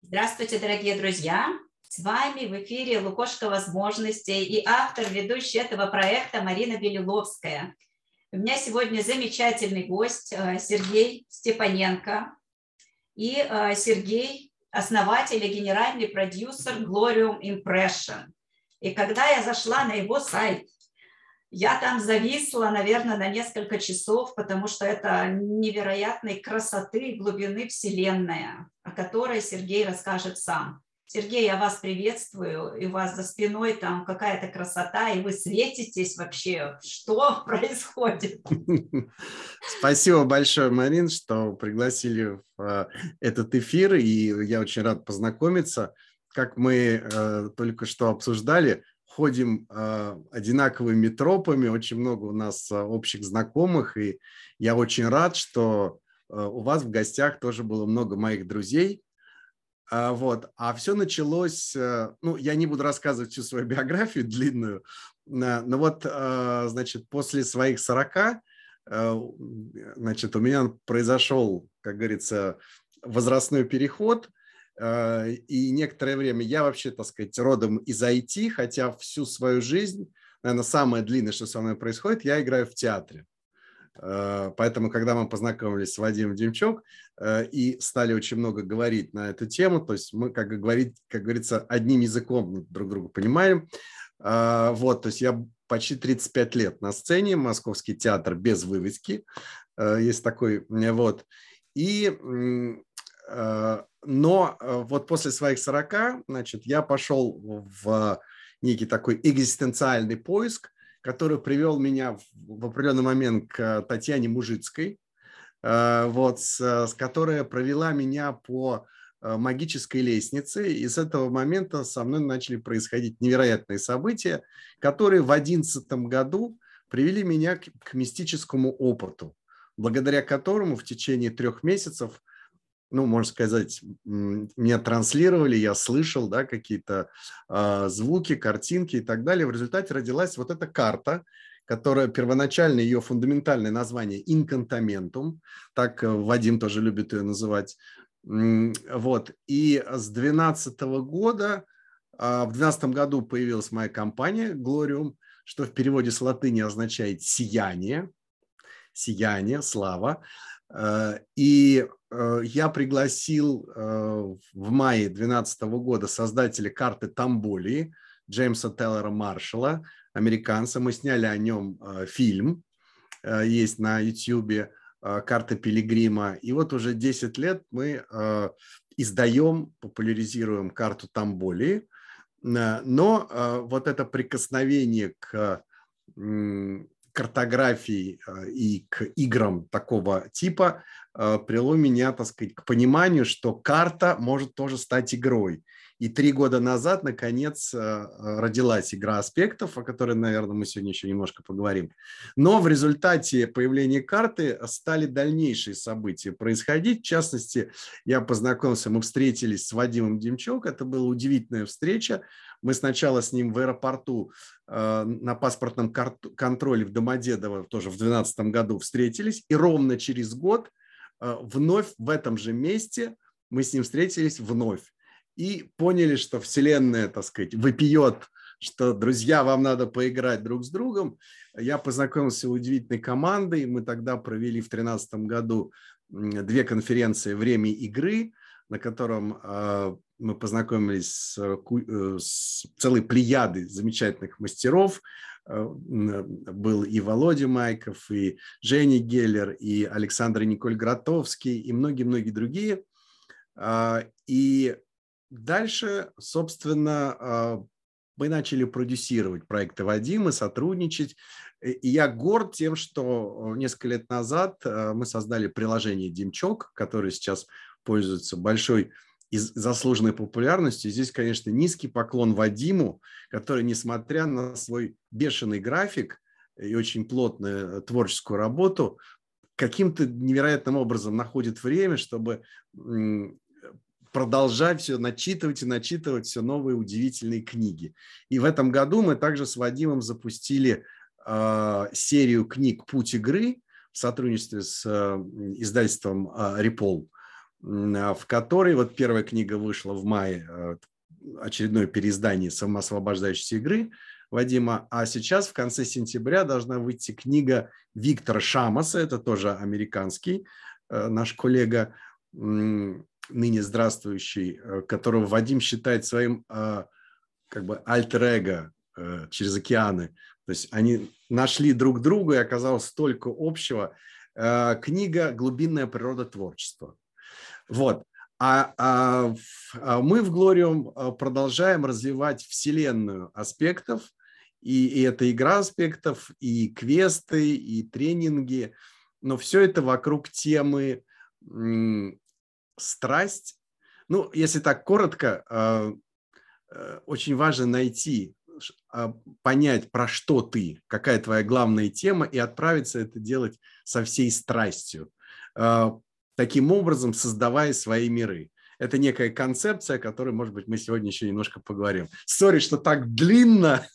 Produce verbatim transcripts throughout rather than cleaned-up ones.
Здравствуйте, дорогие друзья! С вами в эфире «Лукошко возможностей» и автор, ведущий этого проекта Марина Белиловская. У меня сегодня замечательный гость Сергей Степаненко. И Сергей – основатель и генеральный продюсер Glorium Impression. И когда я зашла на его сайт, я там зависла, наверное, на несколько часов, потому что это невероятной красоты и глубины вселенная, о которой Сергей расскажет сам. Сергей, я вас приветствую, и у вас за спиной там какая-то красота, и вы светитесь вообще. Что происходит? Спасибо большое, Марин, что пригласили в этот эфир, и я очень рад познакомиться. Как мы э, только что обсуждали, ходим э, одинаковыми тропами, очень много у нас э, общих знакомых, и я очень рад, что э, у вас в гостях тоже было много моих друзей. А, вот. А все началось, э, ну, я не буду рассказывать всю свою биографию длинную, э, но вот, э, значит, после своих сорока, э, значит, у меня произошел, как говорится, возрастной переход. И некоторое время я вообще, так сказать, родом из ай ти, хотя всю свою жизнь, наверное, самое длинное, что со мной происходит, я играю в театре. Поэтому, когда мы познакомились с Вадимом Демчук и стали очень много говорить на эту тему, то есть мы, как, говорить, как говорится, одним языком друг друга понимаем. Вот, то есть я почти тридцать пять лет на сцене, Московский театр без вывески, есть такой, вот. И... Но вот после своих сорока, значит, я пошел в некий такой экзистенциальный поиск, который привел меня в определенный момент к Татьяне Мужицкой, вот, с которой провела меня по магической лестнице. И с этого момента со мной начали происходить невероятные события, которые в одиннадцатом году привели меня к, к мистическому опыту, благодаря которому в течение трех месяцев, ну, можно сказать, меня транслировали, я слышал, да, какие-то э, звуки, картинки и так далее. В результате родилась вот эта карта, которая первоначально, ее фундаментальное название «Инкантаментум», так Вадим тоже любит ее называть. Вот. И с две тысячи двенадцатого года, э, в две тысячи двенадцатом году появилась моя компания Glorium, что в переводе с латыни означает «сияние», «сияние», «слава». И я пригласил в мае две тысячи двенадцатого года создателя карты Тамболии Джеймса Теллера Маршалла, американца. Мы сняли о нем фильм, есть на ютубе, «Карта Пилигрима». И вот уже десять лет мы издаем, популяризируем карту Тамболии. Но вот это прикосновение к картографии и к играм такого типа привело меня, так сказать, к пониманию, что карта может тоже стать игрой. И три года назад, наконец, родилась игра аспектов, о которой, наверное, мы сегодня еще немножко поговорим. Но в результате появления карты стали дальнейшие события происходить. В частности, я познакомился, мы встретились с Вадимом Демчук. Это была удивительная встреча. Мы сначала с ним в аэропорту э, на паспортном контроле в Домодедово тоже в две тысячи двенадцатом году встретились. И ровно через год э, вновь в этом же месте мы с ним встретились вновь. И поняли, что Вселенная, так сказать, вопиет, что, друзья, вам надо поиграть друг с другом. Я познакомился с удивительной командой. Мы тогда провели в две тысячи тринадцатом году две конференции «Время игры», на котором э, мы познакомились с, э, с целой плеядой замечательных мастеров. Э, был и Володя Майков, и Женя Геллер, и Александр Николь Гратовский, и многие-многие другие. Э, и дальше, собственно, мы начали продюсировать проекты Вадима, сотрудничать. И я горд тем, что несколько лет назад мы создали приложение Демчук, которое сейчас пользуется большой и заслуженной популярностью. Здесь, конечно, низкий поклон Вадиму, который, несмотря на свой бешеный график и очень плотную творческую работу, каким-то невероятным образом находит время, чтобы продолжать все, начитывать и начитывать все новые удивительные книги. И в этом году мы также с Вадимом запустили э, серию книг «Путь игры» в сотрудничестве с э, издательством э, Репол. в которой вот первая книга вышла в мае, очередное переиздание «Самоосвобождающейся игры» Вадима, а сейчас в конце сентября должна выйти книга Виктора Шамаса, это тоже американский наш коллега, ныне здравствующий, которого Вадим считает своим как бы альтер-эго через океаны. То есть они нашли друг друга, и оказалось столько общего. Книга «Глубинная природа творчества». Вот. А, а, а мы в Глориум продолжаем развивать вселенную аспектов, и, и это игра аспектов, и квесты, и тренинги, но все это вокруг темы м, страсть. Ну, если так коротко, э, э, очень важно найти, э, понять, про что ты, какая твоя главная тема, и отправиться это делать со всей страстью. Э, таким образом создавая свои миры. Это некая концепция, о которой, может быть, мы сегодня еще немножко поговорим. Сори, что так длинно.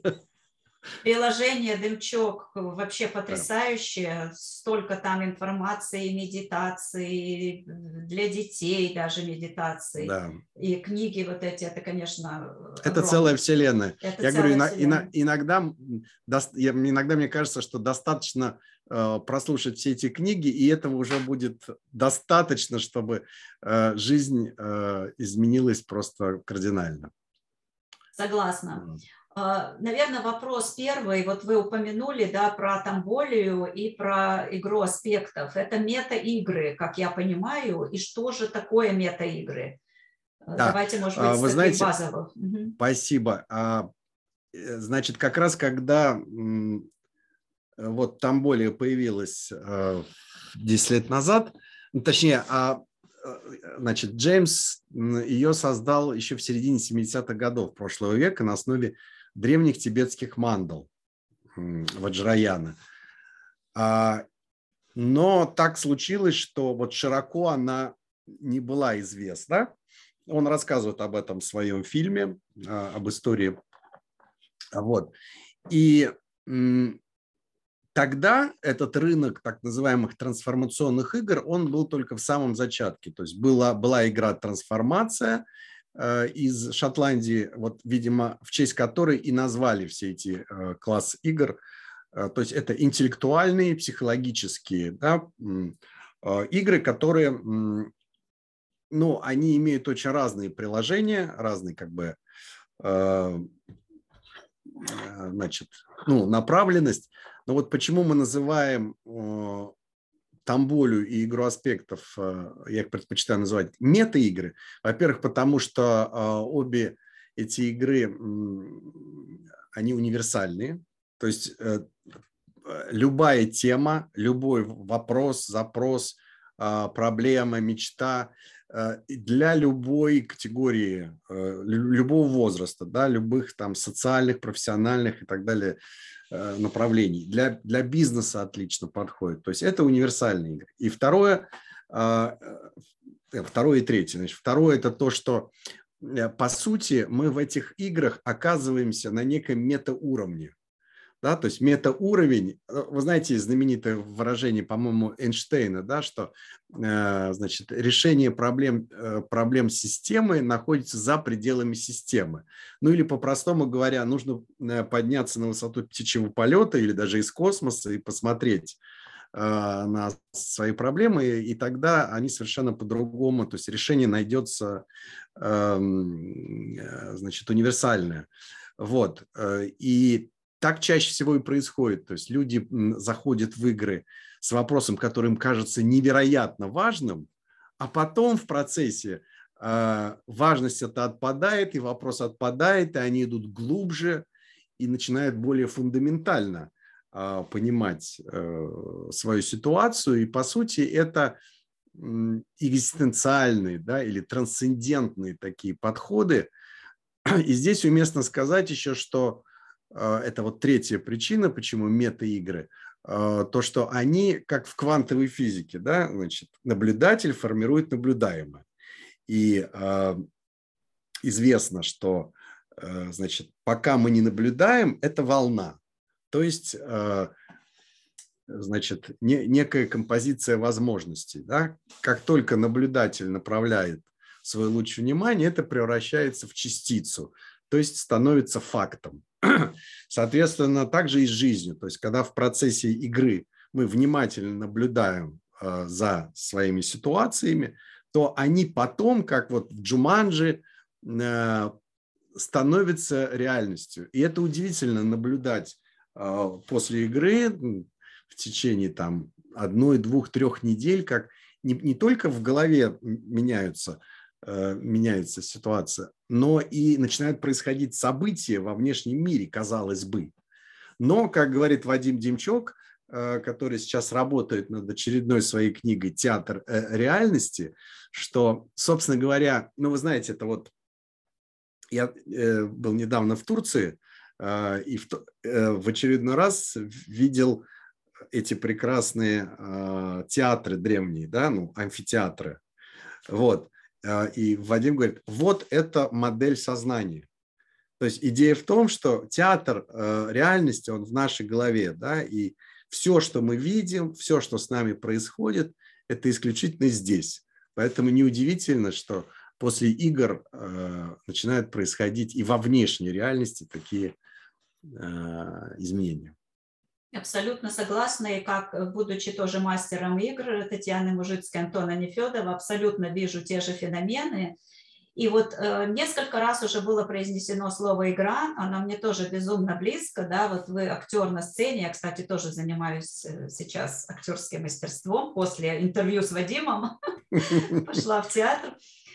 Приложение «Дымчок» вообще потрясающее. Столько там информации, медитации, для детей даже медитации. Да. И книги вот эти, это, конечно, это огромное. целая вселенная. Это Я целая говорю, вселенная. иногда, иногда мне кажется, что достаточно прослушать все эти книги, и этого уже будет достаточно, чтобы жизнь изменилась просто кардинально. Согласна. Наверное, вопрос первый. Вот вы упомянули, да, про Тамболию и про игру аспектов. Это мета-игры, как я понимаю. И что же такое мета-игры? Да. Давайте, может быть, Вы с знаете, таких базовых. Спасибо. Значит, как раз когда вот Тамболия появилась десять лет назад, точнее, значит, Джеймс ее создал еще в середине семидесятых годов прошлого века на основе древних тибетских мандал Ваджраяна. Но так случилось, что вот широко она не была известна. Он рассказывает об этом в своем фильме, об истории. Вот. И тогда этот рынок так называемых трансформационных игр, он был только в самом зачатке. То есть была, была игра «Трансформация» э, из Шотландии, вот, видимо, в честь которой и назвали все эти э, класс игр. Э, то есть это интеллектуальные, психологические, да, э, игры, которые, э, ну, они имеют очень разные приложения, разные как бы, э, значит, ну, направленность. Но вот почему мы называем э, Тамболию и игру аспектов, э, я их предпочитаю называть мета-игры. Во-первых, потому что э, обе эти игры, э, они универсальные. То есть э, любая тема, любой вопрос, запрос, э, проблема, мечта э, для любой категории, э, любого возраста, да, любых там социальных, профессиональных и так далее направлений. Для, для бизнеса отлично подходит. То есть это универсальные игры. И второе, второе и третье. Значит, второе – это то, что, по сути, мы в этих играх оказываемся на неком метауровне. Да, то есть метауровень, вы знаете знаменитое выражение, по-моему, Эйнштейна, да, что э, значит, решение проблем, э, проблем системы находится за пределами системы. Ну или по-простому говоря, нужно подняться на высоту птичьего полета или даже из космоса и посмотреть э, на свои проблемы, и тогда они совершенно по-другому, то есть решение найдется э, значит, универсальное. Вот. И так чаще всего и происходит. То есть люди заходят в игры с вопросом, который им кажется невероятно важным, а потом в процессе э, важность это отпадает, и вопрос отпадает, и они идут глубже и начинают более фундаментально э, понимать э, свою ситуацию. И по сути это э, экзистенциальные, да, или трансцендентные такие подходы. И здесь уместно сказать еще, что это вот третья причина, почему мета-игры, то, что они, как в квантовой физике, да, значит, наблюдатель формирует наблюдаемое. И э, известно, что э, значит, пока мы не наблюдаем, это волна. То есть э, значит, не, некая композиция возможностей. Да? Как только наблюдатель направляет свой луч внимания, это превращается в частицу, то есть становится фактом. Соответственно, также и с жизнью. То есть, когда в процессе игры мы внимательно наблюдаем э, за своими ситуациями, то они потом, как вот в Джуманджи, э, становятся реальностью. И это удивительно наблюдать э, после игры в течение там одной, двух, трех недель, как не, не только в голове меняются меняется ситуация, но и начинают происходить события во внешнем мире, казалось бы. Но, как говорит Вадим Демчок, который сейчас работает над очередной своей книгой «Театр реальности», что, собственно говоря, ну, вы знаете, это вот я был недавно в Турции и в, в очередной раз видел эти прекрасные театры древние, да, ну, амфитеатры. Вот. И Вадим говорит, вот это модель сознания. То есть идея в том, что театр реальности, он в нашей голове, да, и все, что мы видим, все, что с нами происходит, это исключительно здесь. Поэтому неудивительно, что после игр начинают происходить и во внешней реальности такие изменения. Абсолютно согласна, и как, будучи тоже мастером игр Татьяны Мужицкой, Антона Нефедова, абсолютно вижу те же феномены. И вот э, несколько раз уже было произнесено слово «игра», она мне тоже безумно близко, да, вот вы актер на сцене, я, кстати, тоже занимаюсь сейчас актерским мастерством, после интервью с Вадимом пошла в театр.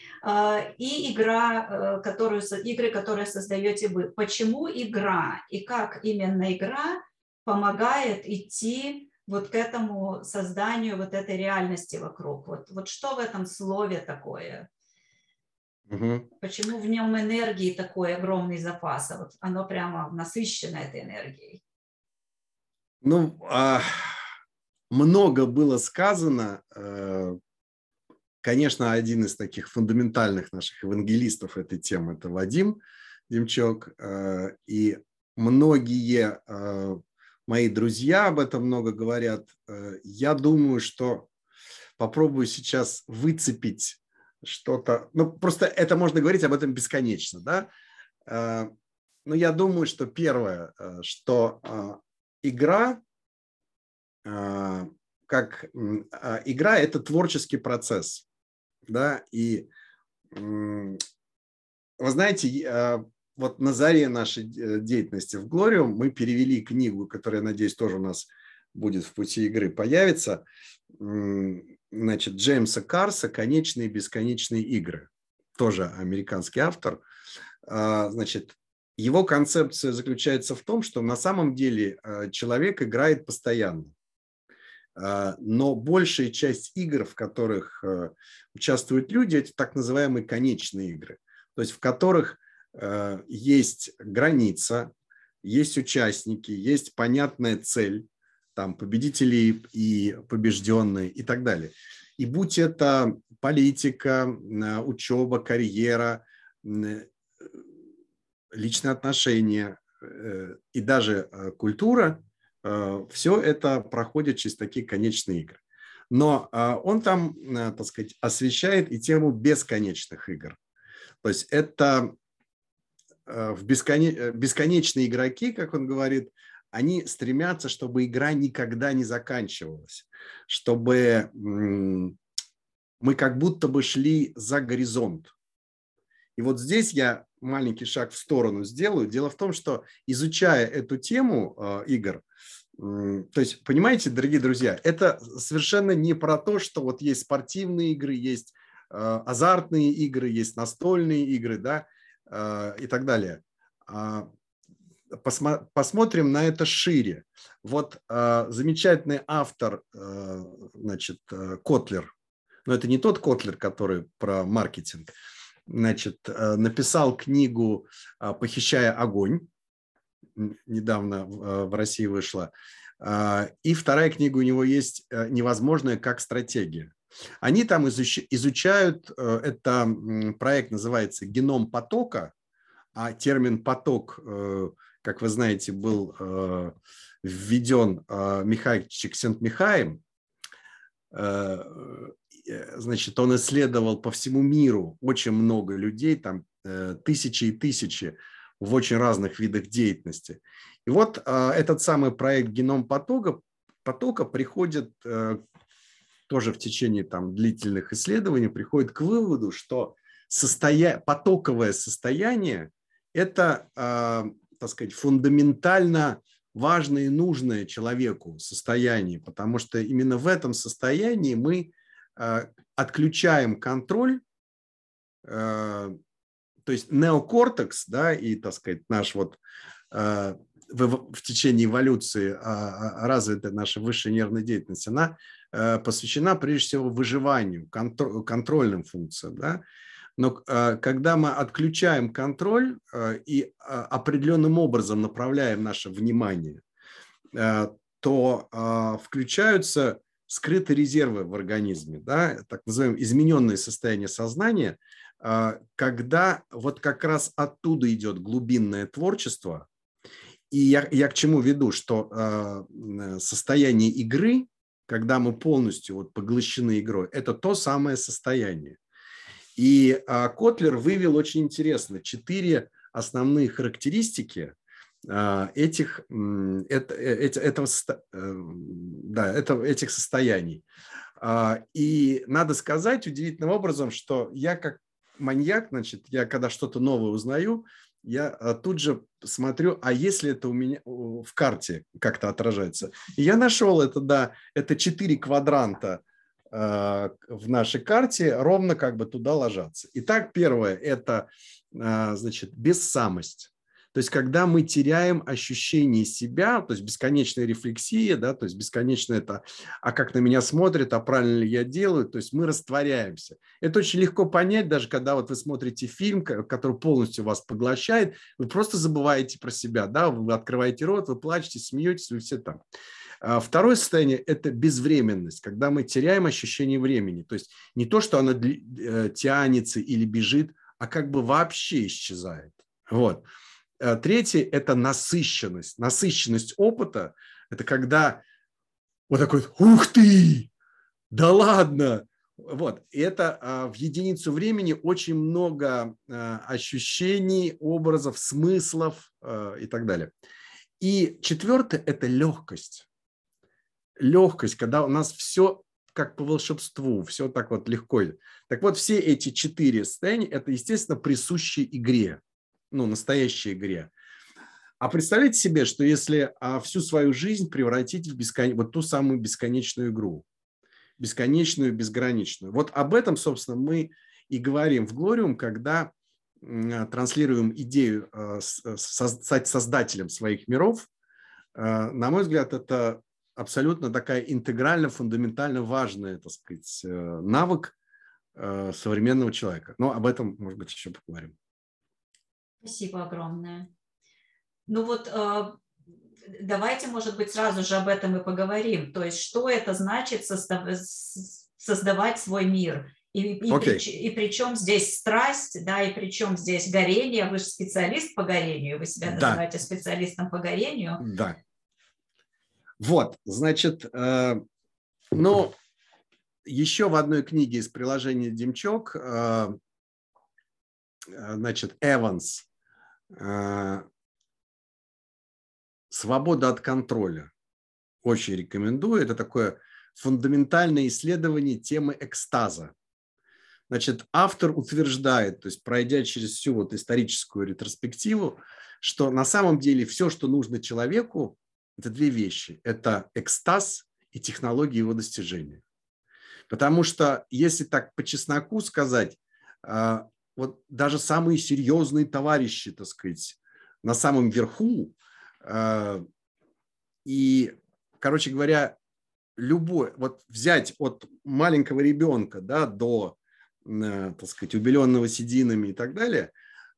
И игра, которую, игры, которые создаете вы. Почему игра и как именно игра помогает идти вот к этому созданию вот этой реальности вокруг? Вот, вот что в этом слове такое? Угу. Почему в нем энергии такой огромный запас? Вот оно прямо насыщено этой энергией. Ну, а, много было сказано. Конечно, один из таких фундаментальных наших евангелистов этой темы – это Вадим Демчок. И многие мои друзья об этом много говорят. Я думаю, что попробую сейчас выцепить что-то. Ну, просто это можно говорить об этом бесконечно, да? Но я думаю, что первое, что игра, как игра – это творческий процесс, да? И вы знаете, вот на заре нашей деятельности в Глориум мы перевели книгу, которая, надеюсь, тоже у нас будет в пути игры, появится, значит, Джеймса Карса «Конечные и бесконечные игры». Тоже американский автор. Значит, его концепция заключается в том, что на самом деле человек играет постоянно. Но большая часть игр, в которых участвуют люди, это так называемые конечные игры. То есть в которых есть граница, есть участники, есть понятная цель, там победители и побежденные и так далее. И будь это политика, учеба, карьера, личные отношения и даже культура, все это проходит через такие конечные игры. Но он там, так сказать, освещает и тему бесконечных игр. То есть это в бесконе... бесконечные игроки, как он говорит, они стремятся, чтобы игра никогда не заканчивалась, чтобы мы как будто бы шли за горизонт. И вот здесь я маленький шаг в сторону сделаю. Дело в том, что изучая эту тему э, игр, э, то есть, понимаете, дорогие друзья, это совершенно не про то, что вот есть спортивные игры, есть э, азартные игры, есть настольные игры, да, э, и так далее. А, посмо, посмотрим на это шире. Вот э, замечательный автор, э, значит, э, Котлер, но это не тот Котлер, который про маркетинг, значит, написал книгу «Похищая огонь», недавно в России вышла, и вторая книга у него есть «Невозможное как стратегия». Они там изучают, это проект называется «Геном потока», а термин «поток», как вы знаете, был введен Михай Чиксент-Михаем. Значит, он исследовал по всему миру очень много людей, там тысячи и тысячи в очень разных видах деятельности. И вот этот самый проект «Геном потока», потока приходит тоже в течение там, длительных исследований, приходит к выводу, что состоя... потоковое состояние – это, так сказать, фундаментально важное и нужное человеку состояние, потому что именно в этом состоянии мы отключаем контроль, то есть неокортекс, да, и, так сказать, наш вот в, в течение эволюции развитая наша высшая нервная деятельность, она посвящена прежде всего выживанию, контроль, контрольным функциям, да. Но когда мы отключаем контроль и определенным образом направляем наше внимание, то включаются скрытые резервы в организме, да, так называемое измененное состояние сознания, когда вот как раз оттуда идет глубинное творчество. И я, я к чему веду, что состояние игры, когда мы полностью вот поглощены игрой, это то самое состояние. И Котлер вывел очень интересно четыре основные характеристики этих, это, этого, да, это, этих состояний. И надо сказать удивительным образом, что я как маньяк, значит, я когда что-то новое узнаю, я тут же смотрю, а если это у меня в карте как-то отражается. И я нашел это, да, это четыре квадранта в нашей карте, ровно как бы туда ложатся. Итак, первое – это, значит, бессамость. То есть, когда мы теряем ощущение себя, то есть бесконечная рефлексия, да, то есть бесконечно это, а как на меня смотрят, а правильно ли я делаю, то есть мы растворяемся. Это очень легко понять, даже когда вот вы смотрите фильм, который полностью вас поглощает, вы просто забываете про себя, да, вы открываете рот, вы плачете, смеетесь, вы все там. Второе состояние – это безвременность, когда мы теряем ощущение времени. То есть не то, что оно тянется или бежит, а как бы вообще исчезает. Вот. Третье – это насыщенность. Насыщенность опыта – это когда вот такой «Ух ты! Да ладно!» Вот. И это в единицу времени очень много ощущений, образов, смыслов и так далее. И четвертое – это легкость. Легкость, когда у нас все как по волшебству, все так вот легко. Так вот, все эти четыре состояния – это, естественно, присущи игре. Ну, настоящей игре. А представьте себе, что если а, всю свою жизнь превратить в бескон... вот ту самую бесконечную игру, бесконечную, безграничную. Вот об этом, собственно, мы и говорим в Глориум, когда м, транслируем идею э, стать создателем своих миров. Э, на мой взгляд, это абсолютно такая интегрально, фундаментально важная, так сказать, э, навык э, современного человека. Но об этом, может быть, еще поговорим. Спасибо огромное. Ну вот давайте, может быть, сразу же об этом и поговорим. То есть, что это значит создавать свой мир? И, и, okay. при, и причем здесь страсть, да, и причем здесь горение. Вы же специалист по горению, вы себя называете да. специалистом по горению. Да. Вот, значит, э, ну, еще в одной книге из приложения Демчок, э, значит, Эванс, «Свобода от контроля». Очень рекомендую. Это такое фундаментальное исследование темы экстаза. Значит, автор утверждает, то есть пройдя через всю вот историческую ретроспективу, что на самом деле все, что нужно человеку, это две вещи. Это экстаз и технологии его достижения. Потому что, если так по чесноку сказать, вот даже самые серьезные товарищи, так сказать, на самом верху, и, короче говоря, любой, вот взять от маленького ребенка, да, до, так сказать, убеленного сединами и так далее,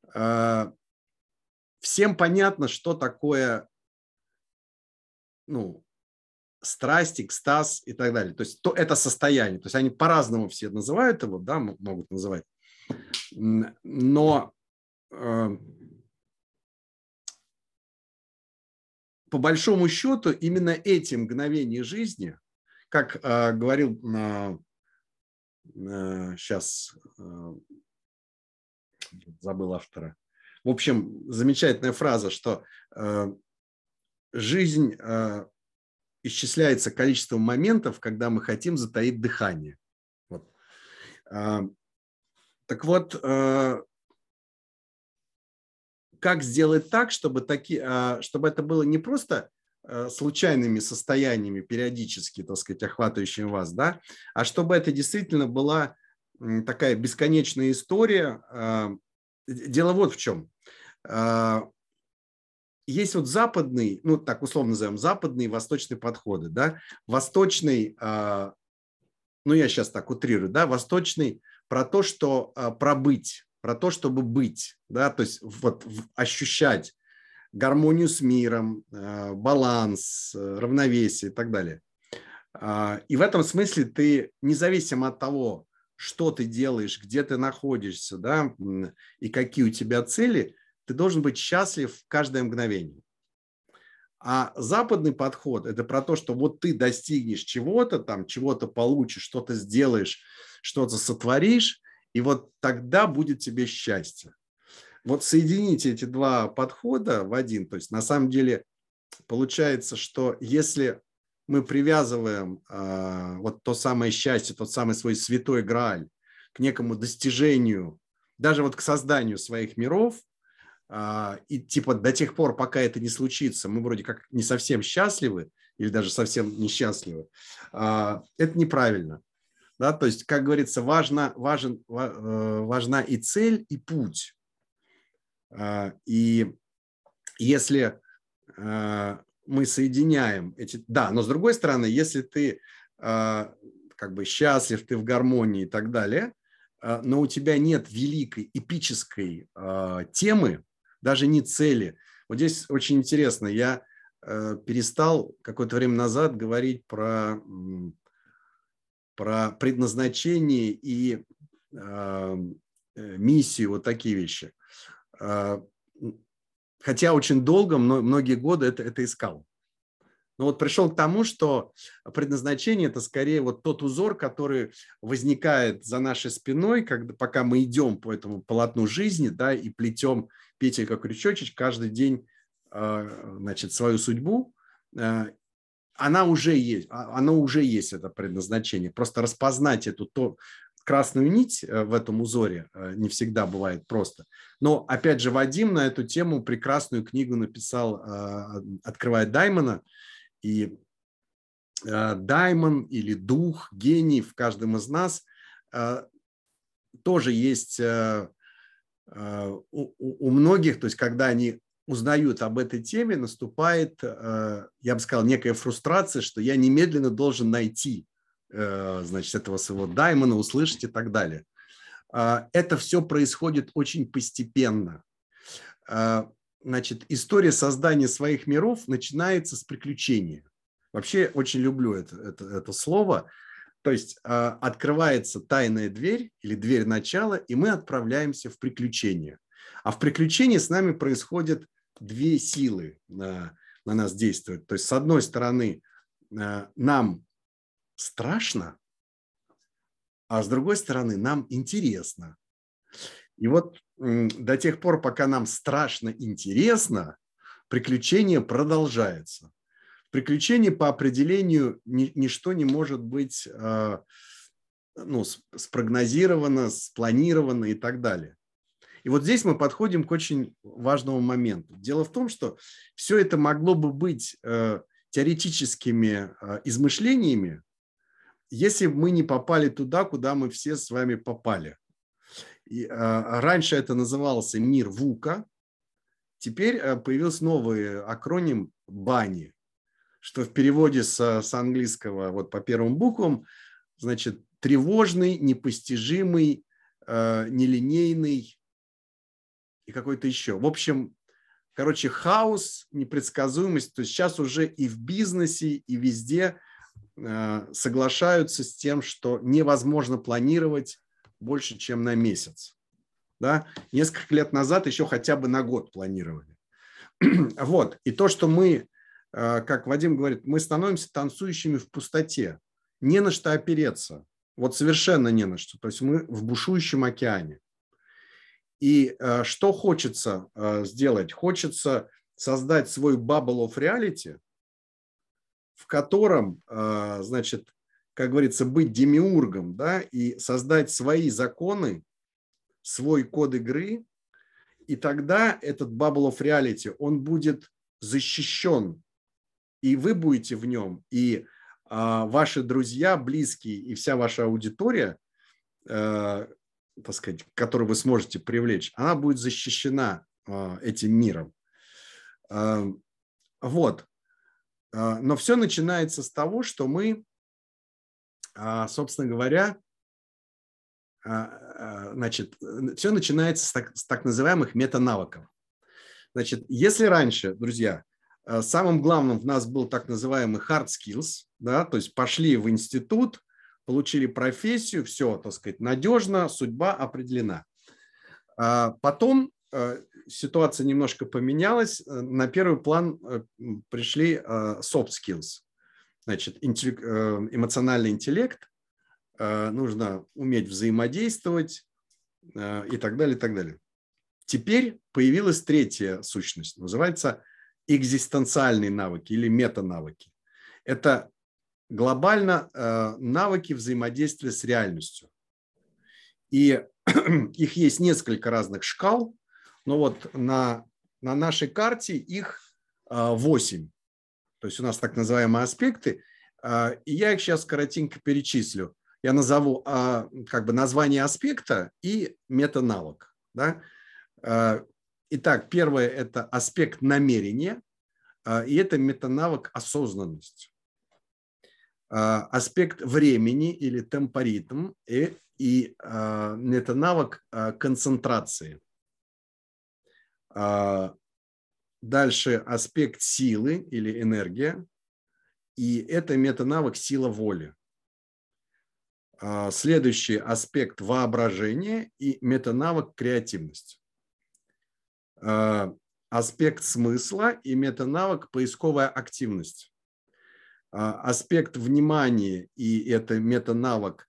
всем понятно, что такое, ну, страсть, экстаз и так далее. То есть то, это состояние. То есть они по-разному все называют его, да, могут называть. Но по большому счету именно эти мгновения жизни, как э, говорил э, э, сейчас, э, забыл автора, в общем, замечательная фраза, что э, жизнь э, исчисляется количеством моментов, когда мы хотим затаить дыхание. Вот. Э, так вот, э, как сделать так, чтобы, таки, э, чтобы это было не просто э, случайными состояниями периодически, так сказать, охватывающими вас, да, а чтобы это действительно была м, такая бесконечная история. Э, дело вот в чем. Э, Есть вот западный, ну так условно назовем, западный и восточный подходы. Да? Восточный, э, ну я сейчас так утрирую, да, восточный про то, что э, про быть, про то, чтобы быть, да, то есть вот в- ощущать гармонию с миром, э, баланс, э, равновесие и так далее. А, И в этом смысле ты, независимо от того, что ты делаешь, где ты находишься, да, м, и какие у тебя цели, ты должен быть счастлив в каждое мгновение. А западный подход – это про то, что вот ты достигнешь чего-то, там, чего-то получишь, что-то сделаешь, что-то сотворишь, и вот тогда будет тебе счастье. Вот соедините эти два подхода в один, то есть на самом деле получается, что если мы привязываем э, вот то самое счастье, тот самый свой святой Грааль к некому достижению, даже вот к созданию своих миров, э, и типа до тех пор, пока это не случится, мы вроде как не совсем счастливы или даже совсем несчастливы, э, это неправильно. Да? То есть, как говорится, важно, важен, э, важна и цель, и путь. Э, и если э, мы соединяем эти... Да, но с другой стороны, если ты э, как бы счастлив, ты в гармонии и так далее, э, но у тебя нет великой эпической э, темы, даже не цели. Вот здесь очень интересно, я э, перестал какое-то время назад говорить про, м, про предназначение и э, э, миссию, вот такие вещи. Э, Хотя очень долго, многие годы это, это искал. Но вот пришел к тому, что предназначение – это скорее вот тот узор, который возникает за нашей спиной, когда, пока мы идем по этому полотну жизни, да, и плетем петель как крючочек каждый день, значит, свою судьбу. Она уже есть, оно уже есть, это предназначение. Просто распознать эту то, красную нить в этом узоре не всегда бывает просто. Но, опять же, Вадим на эту тему прекрасную книгу написал, «Открывая Даймона». И Даймон или дух, гений в каждом из нас тоже есть у, у многих, то есть когда они узнают об этой теме, наступает, я бы сказал, некая фрустрация, что я немедленно должен найти, значит, этого своего даймона, услышать и так далее. Это все происходит очень постепенно. Значит, история создания своих миров начинается с приключения. Вообще очень люблю это, это, это слово. То есть открывается тайная дверь или дверь начала, и мы отправляемся в приключения. А в приключении с нами происходят две силы, на, на нас действуют. То есть, с одной стороны, нам страшно, а с другой стороны, нам интересно. И вот до тех пор, пока нам страшно интересно, приключение продолжается. В приключении по определению ни, ничто не может быть ну, спрогнозировано, спланировано и так далее. И вот здесь мы подходим к очень важному моменту. Дело в том, что все это могло бы быть э, теоретическими э, измышлениями, если бы мы не попали туда, куда мы все с вами попали. И, э, раньше это назывался мир Вука, теперь э, появился новый акроним БАНИ, что в переводе с, с английского вот по первым буквам, значит, тревожный, непостижимый, э, нелинейный, и какой-то еще. В общем, короче, хаос, непредсказуемость. То есть сейчас уже и в бизнесе, и везде э, соглашаются с тем, что невозможно планировать больше, чем на месяц. Да? Несколько лет назад еще хотя бы на год планировали. Вот. И то, что мы как Вадим говорит, мы становимся танцующими в пустоте. Не на что опереться. Вот совершенно не на что. То есть мы в бушующем океане. И э, что хочется э, сделать? Хочется создать свой bubble of reality, в котором, э, значит, как говорится, быть демиургом, да, и создать свои законы, свой код игры, и тогда этот bubble of reality, он будет защищен, и вы будете в нем, и э, ваши друзья, близкие, и вся ваша аудитория, э, так сказать, которую вы сможете привлечь, она будет защищена э, этим миром. Э, вот. Э, но все начинается с того, что мы, э, собственно говоря, э, э, значит, все начинается с так, с так называемых метанавыков. Значит, если раньше, друзья, э, самым главным в нас был так называемый hard skills, да, то есть пошли в институт, получили профессию, все, так сказать, надежно, судьба определена. Потом ситуация немножко поменялась. На первый план пришли soft skills. Значит, эмоциональный интеллект, нужно уметь взаимодействовать и так далее, и так далее. Теперь появилась третья сущность, называется экзистенциальные навыки или метанавыки. Это глобально э, навыки взаимодействия с реальностью. И их есть несколько разных шкал, но вот на, на нашей карте их восемь. Э, То есть у нас так называемые аспекты, э, и я их сейчас коротенько перечислю. Я назову э, как бы название аспекта и метанавык. Да? Э, итак, первое – это аспект намерения, э, и это метанавык осознанность. Аспект времени или темпоритм и, и э, метанавык э, концентрации. Э, дальше аспект силы или энергия, и это метанавык сила воли. Э, следующий аспект воображения и метанавык креативность. Э, аспект смысла и метанавык поисковая активность. Аспект внимания, и это метанавык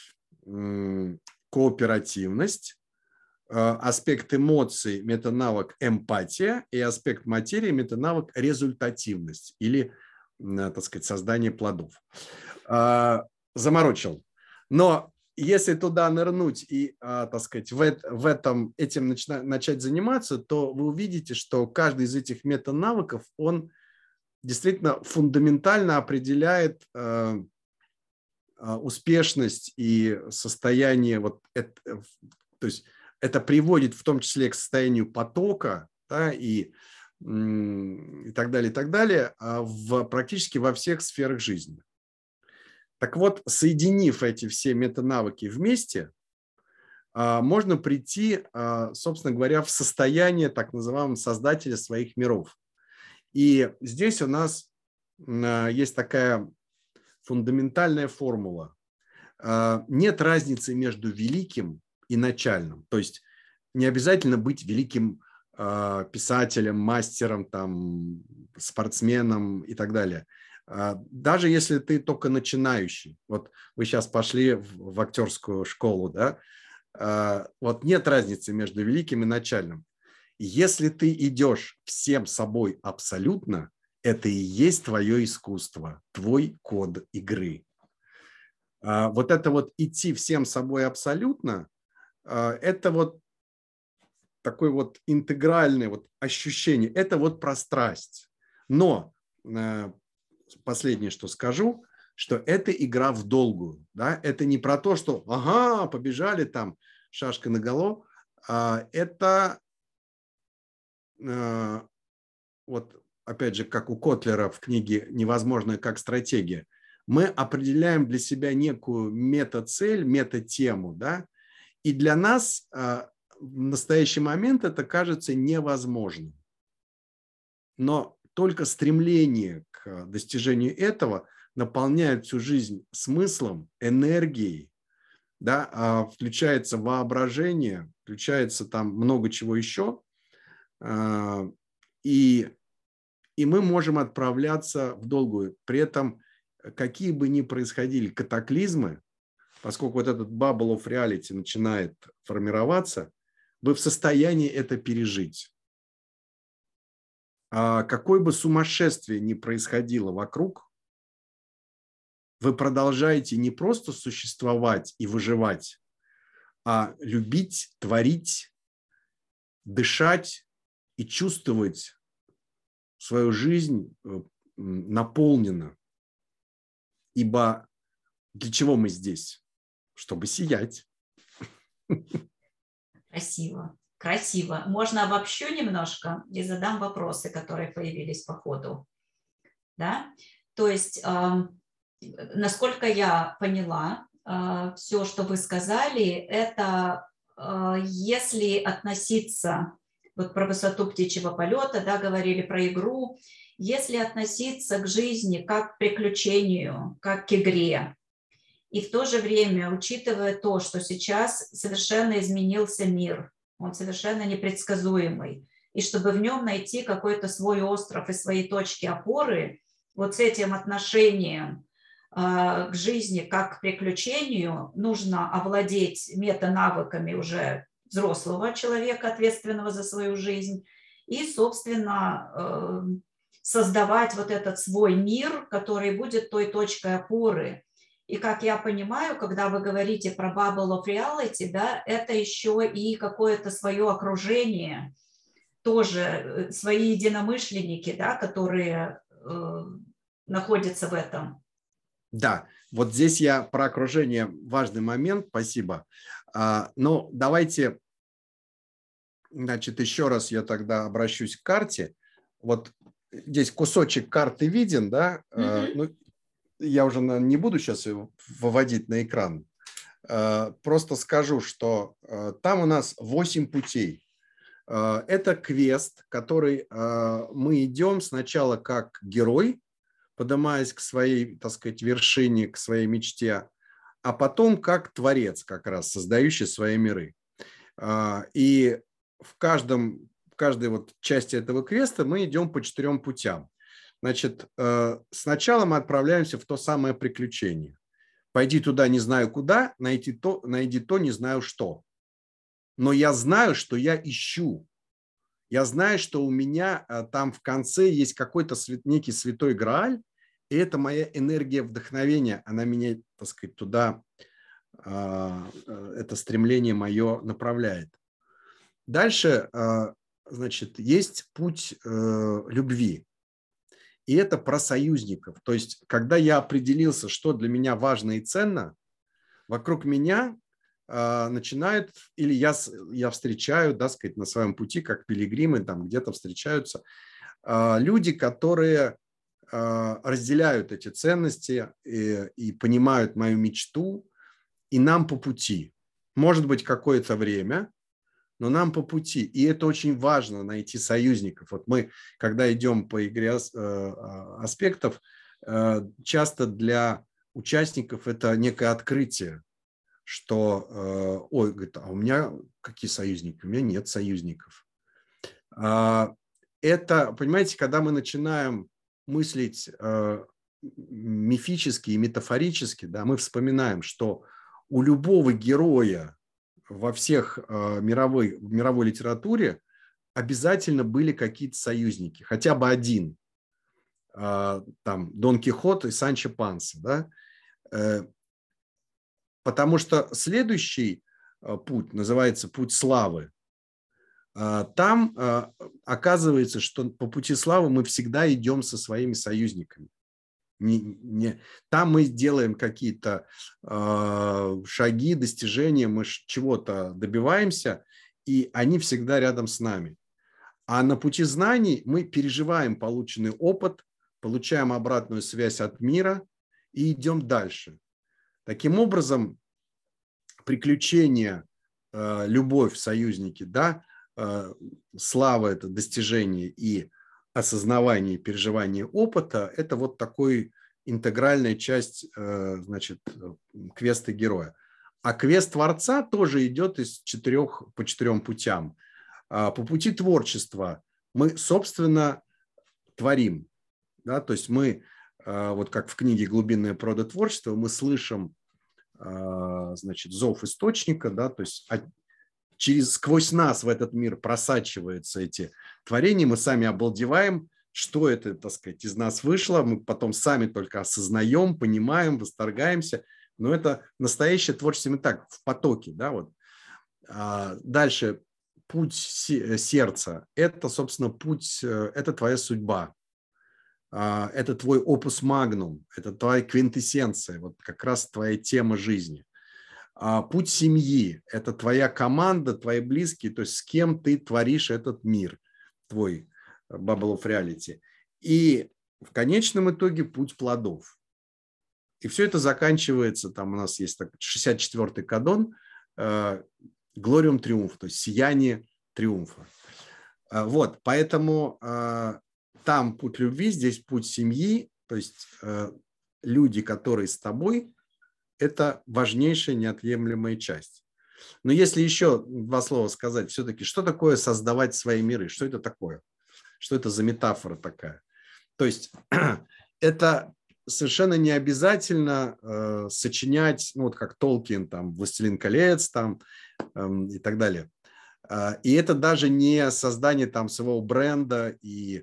кооперативность, аспект эмоций, метанавык эмпатия, и аспект материи, метанавык результативность или, так сказать, создание плодов. Заморочил. Но если туда нырнуть и, так сказать, в, в этом, этим начать, начать заниматься, то вы увидите, что каждый из этих метанавыков, он действительно фундаментально определяет э, успешность и состояние, вот это, то есть это приводит в том числе к состоянию потока, да, и, и так далее, и так далее, в, практически во всех сферах жизни. Так вот, соединив эти все метанавыки вместе, можно прийти, собственно говоря, в состояние так называемого создателя своих миров. И здесь у нас есть такая фундаментальная формула. Нет разницы между великим и начальным. То есть не обязательно быть великим писателем, мастером, там, спортсменом и так далее. Даже если ты только начинающий. Вот вы сейчас пошли в, в актерскую школу, да? Вот нет разницы между великим и начальным. Если ты идешь всем собой абсолютно, это и есть твое искусство, твой код игры. Вот это вот идти всем собой абсолютно, это вот такое вот интегральное вот ощущение, это вот про страсть. Но последнее, что скажу, что это игра в долгую. Да? Это не про то, что ага, побежали там, шашка наголо. Это вот опять же, как у Котлера в книге «Невозможное как стратегия», мы определяем для себя некую мета-цель, мета-тему, да, и для нас в настоящий момент это кажется невозможным. Но только стремление к достижению этого наполняет всю жизнь смыслом, энергией, да, включается воображение, включается там много чего еще. И и мы можем отправляться в долгую. При этом, какие бы ни происходили катаклизмы, поскольку вот этот bubble of reality начинает формироваться, вы в состоянии это пережить. А какое бы сумасшествие ни происходило вокруг, вы продолжаете не просто существовать и выживать, а любить, творить, дышать и чувствовать свою жизнь наполненно. Ибо для чего мы здесь? Чтобы сиять. Красиво, красиво. Можно обобщу немножко и задам вопросы, которые появились по ходу. Да? То есть, э, насколько я поняла, э, все, что вы сказали, это э, если относиться, вот про высоту птичьего полета, да, говорили про игру, если относиться к жизни как к приключению, как к игре, и в то же время, учитывая то, что сейчас совершенно изменился мир, он совершенно непредсказуемый, и чтобы в нем найти какой-то свой остров и свои точки опоры, вот с этим отношением э, к жизни как к приключению нужно овладеть метанавыками уже взрослого человека, ответственного за свою жизнь, и, собственно, э, создавать вот этот свой мир, который будет той точкой опоры. И как я понимаю, когда вы говорите про bubble of reality, да, это еще и какое-то свое окружение, тоже свои единомышленники, да, которые э, находятся в этом. Да, вот здесь я про окружение важный момент, спасибо. А, но давайте, значит, еще раз я тогда обращусь к карте. Вот здесь кусочек карты виден, да, mm-hmm. ну, я уже не буду сейчас выводить на экран, просто скажу, что там у нас восемь путей. Это квест, который мы идем сначала как герой, поднимаясь к своей, так сказать, вершине, к своей мечте, а потом как творец, как раз создающий свои миры. И в каждом, в каждой вот части этого квеста мы идем по четырем путям. Значит, сначала мы отправляемся в то самое приключение. Пойди туда, не знаю куда, найди то, найди то, не знаю что. Но я знаю, что я ищу. Я знаю, что у меня там в конце есть какой-то некий святой Грааль, и это моя энергия вдохновения. Она меня, так сказать, туда, это стремление мое направляет. Дальше, значит, есть путь любви. И это про союзников. То есть, когда я определился, что для меня важно и ценно, вокруг меня э, начинают, или я, я встречаю, да, сказать, на своем пути, как пилигримы, там где-то встречаются э, люди, которые э, разделяют эти ценности и, и понимают мою мечту, и нам по пути. Может быть, какое-то время, но нам по пути. И это очень важно, найти союзников. Вот мы, когда идем по игре аспектов, часто для участников это некое открытие, что, ой, говорит, а у меня какие союзники? У меня нет союзников. Это, понимаете, когда мы начинаем мыслить мифически и метафорически, да, мы вспоминаем, что у любого героя во всех э, мировой, в мировой литературе обязательно были какие-то союзники, хотя бы один, э, там Дон Кихот и Санчо Панса, да? э, потому что следующий э, путь называется путь славы. Э, там э, оказывается, что по пути славы мы всегда идем со своими союзниками. Не, не, там мы делаем какие-то э, шаги, достижения, мы чего-то добиваемся, и они всегда рядом с нами. А на пути знаний мы переживаем полученный опыт, получаем обратную связь от мира и идем дальше. Таким образом, приключения, э, любовь, союзники, да, э, слава – это достижение и осознавание и переживание опыта – это вот такой интегральная часть, значит, квеста героя. А квест творца тоже идет из четырех, по четырем путям. По пути творчества мы, собственно, творим. Да? То есть мы, вот как в книге «Глубинное природотворчество», мы слышим, значит, зов источника, да, то есть через, сквозь нас в этот мир просачиваются эти творения, мы сами обалдеваем, что это, так сказать, из нас вышло, мы потом сами только осознаем, понимаем, восторгаемся, но это настоящее творчество именно так, в потоке, да, вот. Дальше, путь сердца, это, собственно, путь, это твоя судьба, это твой опус магнум, это твоя квинтэссенция, вот как раз твоя тема жизни. Путь семьи – это твоя команда, твои близкие, то есть с кем ты творишь этот мир, твой bubble of reality. И в конечном итоге путь плодов. И все это заканчивается, там у нас есть шестьдесят четвёртый кадон, глориум триумф, то есть сияние триумфа. Вот, поэтому там путь любви, здесь путь семьи, то есть люди, которые с тобой, это важнейшая неотъемлемая часть. Но если еще два слова сказать, все-таки, что такое создавать свои миры? Что это такое? Что это за метафора такая? То есть это совершенно не обязательно э, сочинять, ну вот как Толкин, там, «Властелин колец» там, э, и так далее. Э, и это даже не создание там своего бренда и,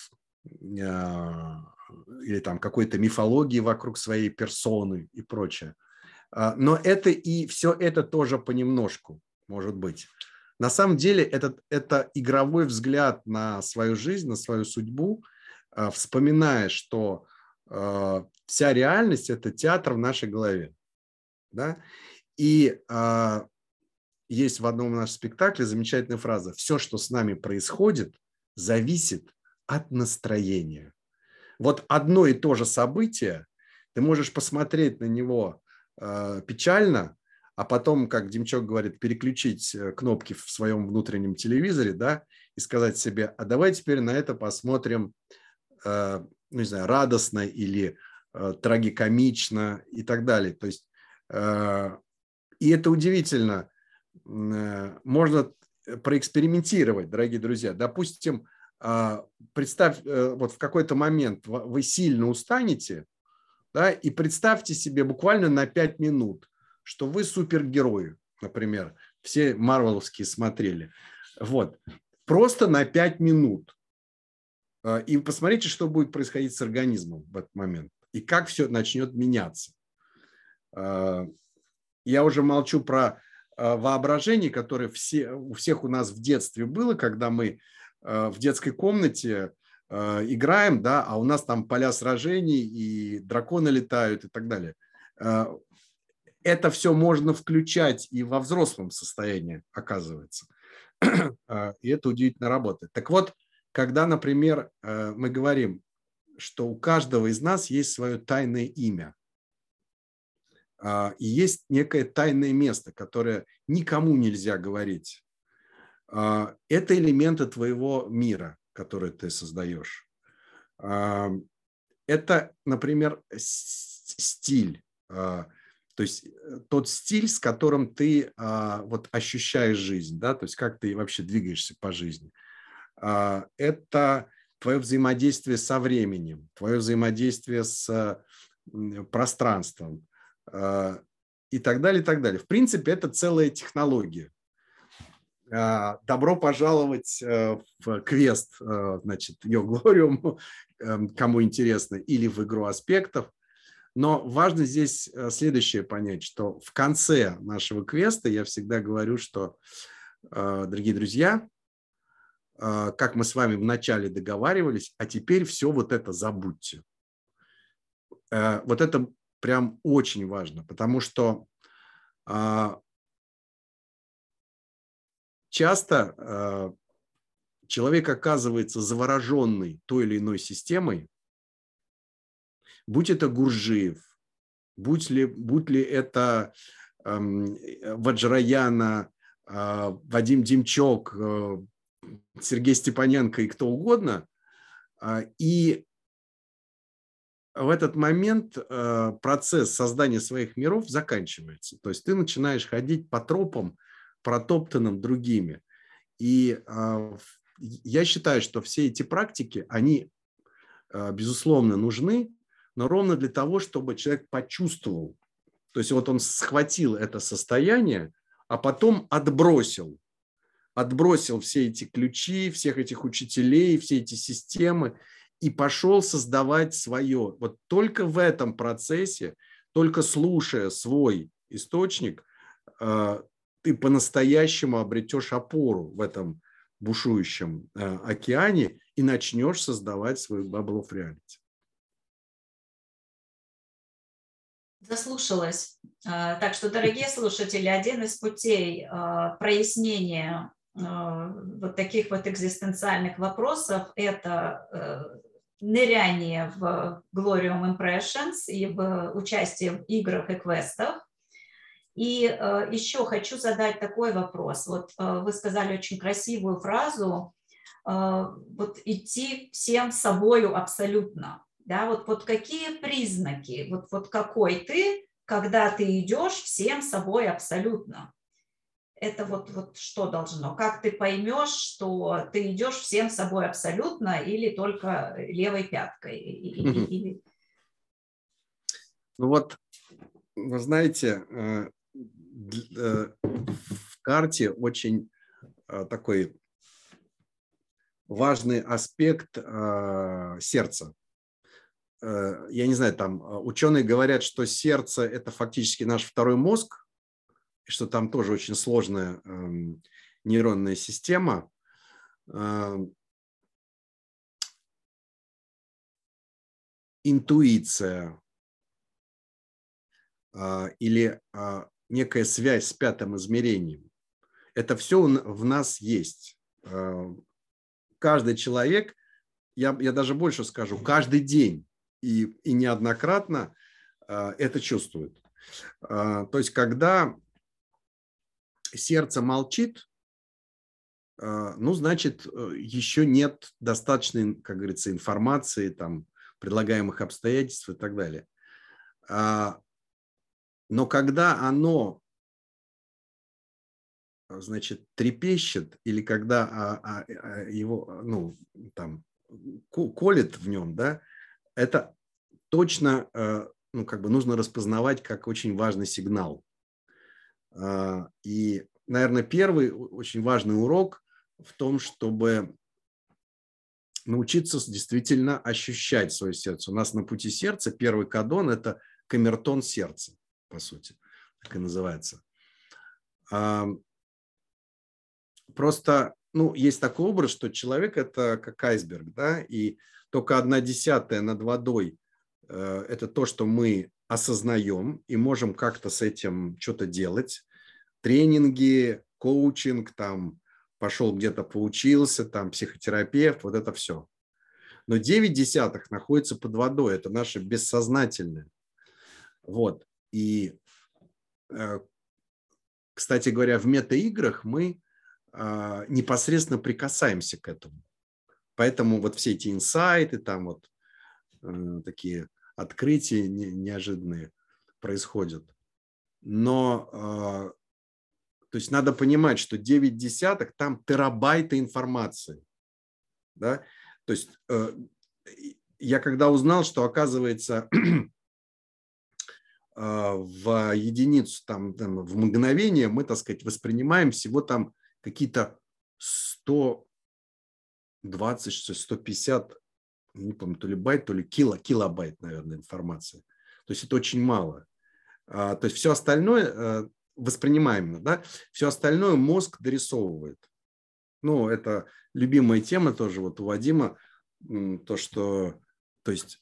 э, или там какой-то мифологии вокруг своей персоны и прочее. Но это и все это тоже понемножку, может быть. На самом деле это, это игровой взгляд на свою жизнь, на свою судьбу, вспоминая, что э, вся реальность – это театр в нашей голове. Да? И э, есть в одном нашем спектакле замечательная фраза: «Все, что с нами происходит, зависит от настроения». Вот одно и то же событие, ты можешь посмотреть на него э, печально, а потом, как Демчок говорит, переключить кнопки в своем внутреннем телевизоре, да, и сказать себе: а давай теперь на это посмотрим, э, ну, не знаю, радостно или э, трагикомично и так далее. То есть, э, и это удивительно. Э, можно проэкспериментировать, дорогие друзья. Допустим, э, представь, э, вот в какой-то момент вы сильно устанете, да, и представьте себе буквально на пять минут, что вы супергерои, например, все марвеловские смотрели. Вот. Просто на пять минут. И посмотрите, что будет происходить с организмом в этот момент. И как все начнет меняться. Я уже молчу про воображение, которое все, у всех у нас в детстве было, когда мы в детской комнате играем, да, а у нас там поля сражений, и драконы летают и так далее. Это все можно включать и во взрослом состоянии, оказывается. И это удивительно работает. Так вот, когда, например, мы говорим, что у каждого из нас есть свое тайное имя, и есть некое тайное место, которое никому нельзя говорить, это элементы твоего мира, который ты создаешь. Это, например, стиль. То есть тот стиль, с которым ты вот ощущаешь жизнь, да, то есть как ты вообще двигаешься по жизни. Это твое взаимодействие со временем, твое взаимодействие с пространством и так далее, и так далее. В принципе, это целая технология. Добро пожаловать в квест, значит, Yo Glorium, кому интересно, или в игру аспектов. Но важно здесь следующее понять, что в конце нашего квеста я всегда говорю, что, дорогие друзья, как мы с вами вначале договаривались, а теперь все вот это забудьте. Вот это прям очень важно, потому что часто человек оказывается завороженный той или иной системой, будь это Гурджиев, будь ли, будь ли это эм, Ваджраяна, э, Вадим Демчок, э, Сергей Степаненко и кто угодно, э, и в этот момент э, процесс создания своих миров заканчивается. То есть ты начинаешь ходить по тропам, протоптанным другими. И э, я считаю, что все эти практики, они безусловно, нужны, но ровно для того, чтобы человек почувствовал. То есть вот он схватил это состояние, а потом отбросил. Отбросил все эти ключи, всех этих учителей, все эти системы и пошел создавать свое. Вот только в этом процессе, только слушая свой источник, ты по-настоящему обретешь опору в этом бушующем океане и начнешь создавать свою bubble of reality. Заслушалась. Так что, дорогие слушатели, один из путей прояснения вот таких вот экзистенциальных вопросов – это ныряние в Glorium Impressions и в участие в играх и квестах. И еще хочу задать такой вопрос. Вот вы сказали очень красивую фразу вот идти всем собою абсолютно. Да, вот, вот какие признаки, вот, вот какой ты, когда ты идешь всем собой абсолютно? Это вот, вот что должно? Как ты поймешь, что ты идешь всем собой абсолютно или только левой пяткой? Ну вот, вы знаете, в карте очень такой важный аспект сердца. Я не знаю, там ученые говорят, что сердце – это фактически наш второй мозг, и что там тоже очень сложная нейронная система. Интуиция или некая связь с пятым измерением. Это все в нас есть. Каждый человек, я, я даже больше скажу, каждый день и, и неоднократно это чувствует. То есть, когда сердце молчит, ну, значит, еще нет достаточной, как говорится, информации, там, предлагаемых обстоятельств и так далее. Но когда оно, значит, трепещет, или когда его, ну, там, колет в нем, да, это точно, ну, как бы нужно распознавать как очень важный сигнал. И, наверное, первый очень важный урок в том, чтобы научиться действительно ощущать свое сердце. У нас на пути сердца первый кадон – это камертон сердца, по сути, так и называется. Просто, ну, есть такой образ, что человек – это как айсберг, да, и только одна десятая над водой – это то, что мы осознаем и можем как-то с этим что-то делать. Тренинги, коучинг, там, пошел где-то поучился, там, психотерапевт, вот это все. Но девять десятых находится под водой, это наше бессознательное. Вот. И, кстати говоря, в мета-играх мы непосредственно прикасаемся к этому. Поэтому вот все эти инсайты, там вот такие открытия неожиданные происходят. Но то есть надо понимать, что девять десятых там терабайты информации. Да? То есть я когда узнал, что, оказывается, в единицу, там, там, в мгновение мы, так сказать, воспринимаем всего там какие-то сто двадцать, сто пятьдесят, не помню, то ли байт, то ли кило, килобайт, наверное, информации. То есть это очень мало. То есть все остальное воспринимаемо, да, все остальное мозг дорисовывает. Ну, это любимая тема тоже вот у Вадима, то, что, то есть,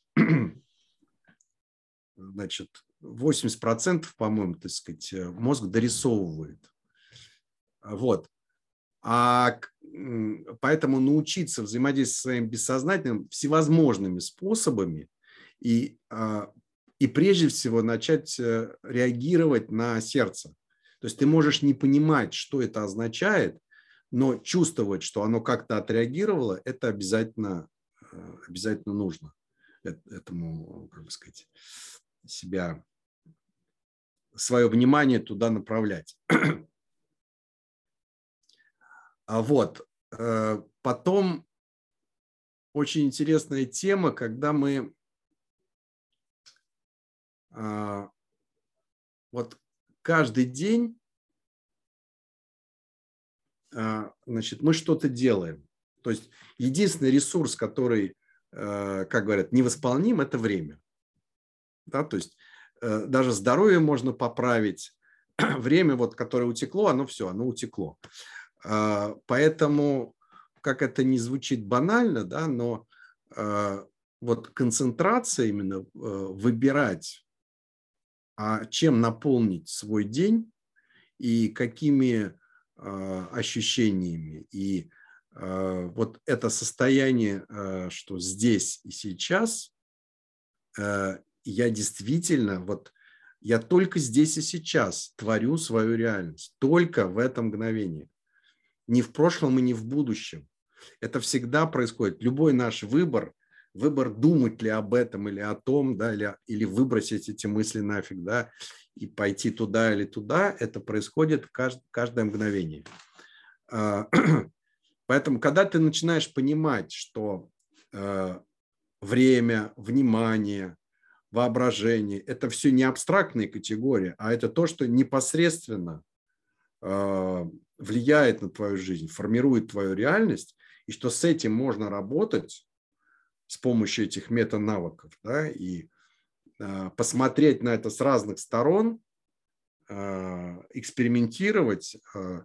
значит, восемьдесят процентов, по-моему, так сказать, мозг дорисовывает. Вот. А поэтому научиться взаимодействовать со своим бессознательным всевозможными способами и, и прежде всего начать реагировать на сердце. То есть ты можешь не понимать, что это означает, но чувствовать, что оно как-то отреагировало, это обязательно, обязательно нужно. Этому, как бы сказать, себя, свое внимание туда направлять. А вот, потом очень интересная тема, когда мы а, вот каждый день, а, значит, мы что-то делаем. То есть единственный ресурс, который, а, как говорят, невосполним, это время. Да, то есть а, даже здоровье можно поправить. Время, вот, которое утекло, оно все, оно утекло. А, поэтому, как это не звучит банально, да, но а, вот концентрация именно, а, выбирать, а чем наполнить свой день и какими а, ощущениями. И а, вот это состояние, а, что здесь и сейчас, а, я действительно, вот я только здесь и сейчас творю свою реальность, только в это мгновение. Не в прошлом и не в будущем. Это всегда происходит. Любой наш выбор, выбор думать ли об этом или о том, да, или, или выбросить эти мысли нафиг, да, и пойти туда или туда, это происходит кажд, каждое мгновение. Поэтому, когда ты начинаешь понимать, что э, время, внимание, воображение – это все не абстрактные категории, а это то, что непосредственно э, влияет на твою жизнь, формирует твою реальность, и что с этим можно работать с помощью этих мета-навыков, да, и э, посмотреть на это с разных сторон, э, экспериментировать. Э,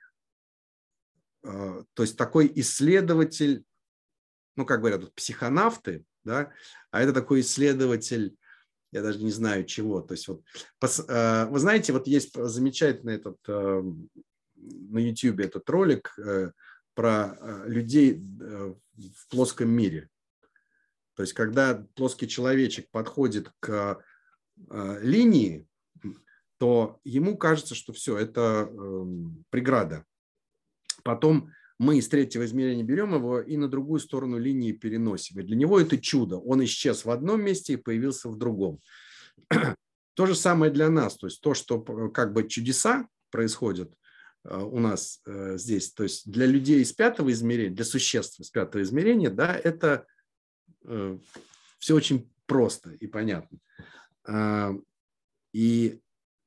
э, то есть такой исследователь, ну, как говорят, психонавты, да, а это такой исследователь, я даже не знаю чего. То есть вот, э, вы знаете, вот есть замечательный этот э, на YouTube этот ролик э, про э, людей э, в плоском мире. То есть когда плоский человечек подходит к э, линии, то ему кажется, что все, это э, преграда. Потом мы из третьего измерения берем его и на другую сторону линии переносим. И для него это чудо. Он исчез в одном месте и появился в другом. То же самое для нас. То есть то, что как бы чудеса происходят у нас здесь, то есть для людей из пятого измерения, для существ из пятого измерения, да, это все очень просто и понятно. И,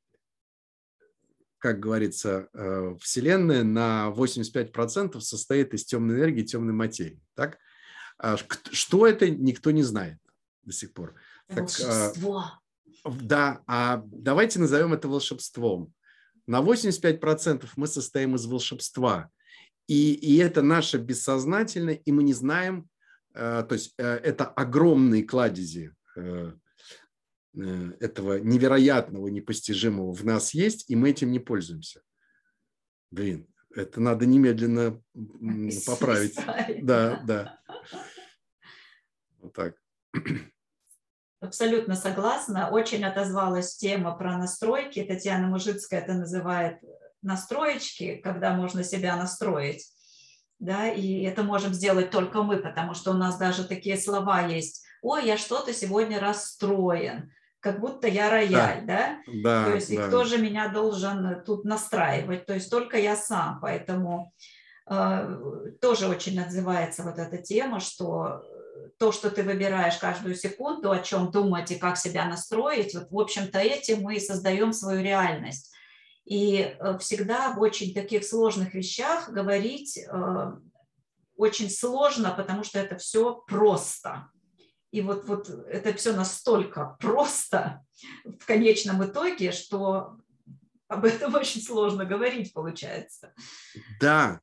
как говорится, Вселенная на восемьдесят пять процентов состоит из темной энергии и темной материи. Так? Что это, никто не знает до сих пор. Волшебство. Так, да, а давайте назовем это волшебством. На восемьдесят пять процентов мы состоим из волшебства. И, и это наше бессознательное, и мы не знаем, э, то есть э, это огромные кладези э, э, этого невероятного, непостижимого в нас есть, и мы этим не пользуемся. Блин, это надо немедленно поправить. Да, да. Вот так. Абсолютно согласна. Очень отозвалась тема про настройки. Татьяна Мужицкая это называет настроечки, когда можно себя настроить. Да, и это можем сделать только мы, потому что у нас даже такие слова есть. Ой, я что-то сегодня расстроен, как будто я рояль, да? Да, да, то есть да. и кто же меня должен тут настраивать? То есть только я сам. Поэтому э, тоже очень отзывается вот эта тема, что то, что ты выбираешь каждую секунду, о чем думать и как себя настроить, вот, в общем-то, этим мы и создаем свою реальность. И всегда в очень таких сложных вещах говорить э, очень сложно, потому что это все просто. И вот, вот это все настолько просто в конечном итоге, что об этом очень сложно говорить, получается. Да.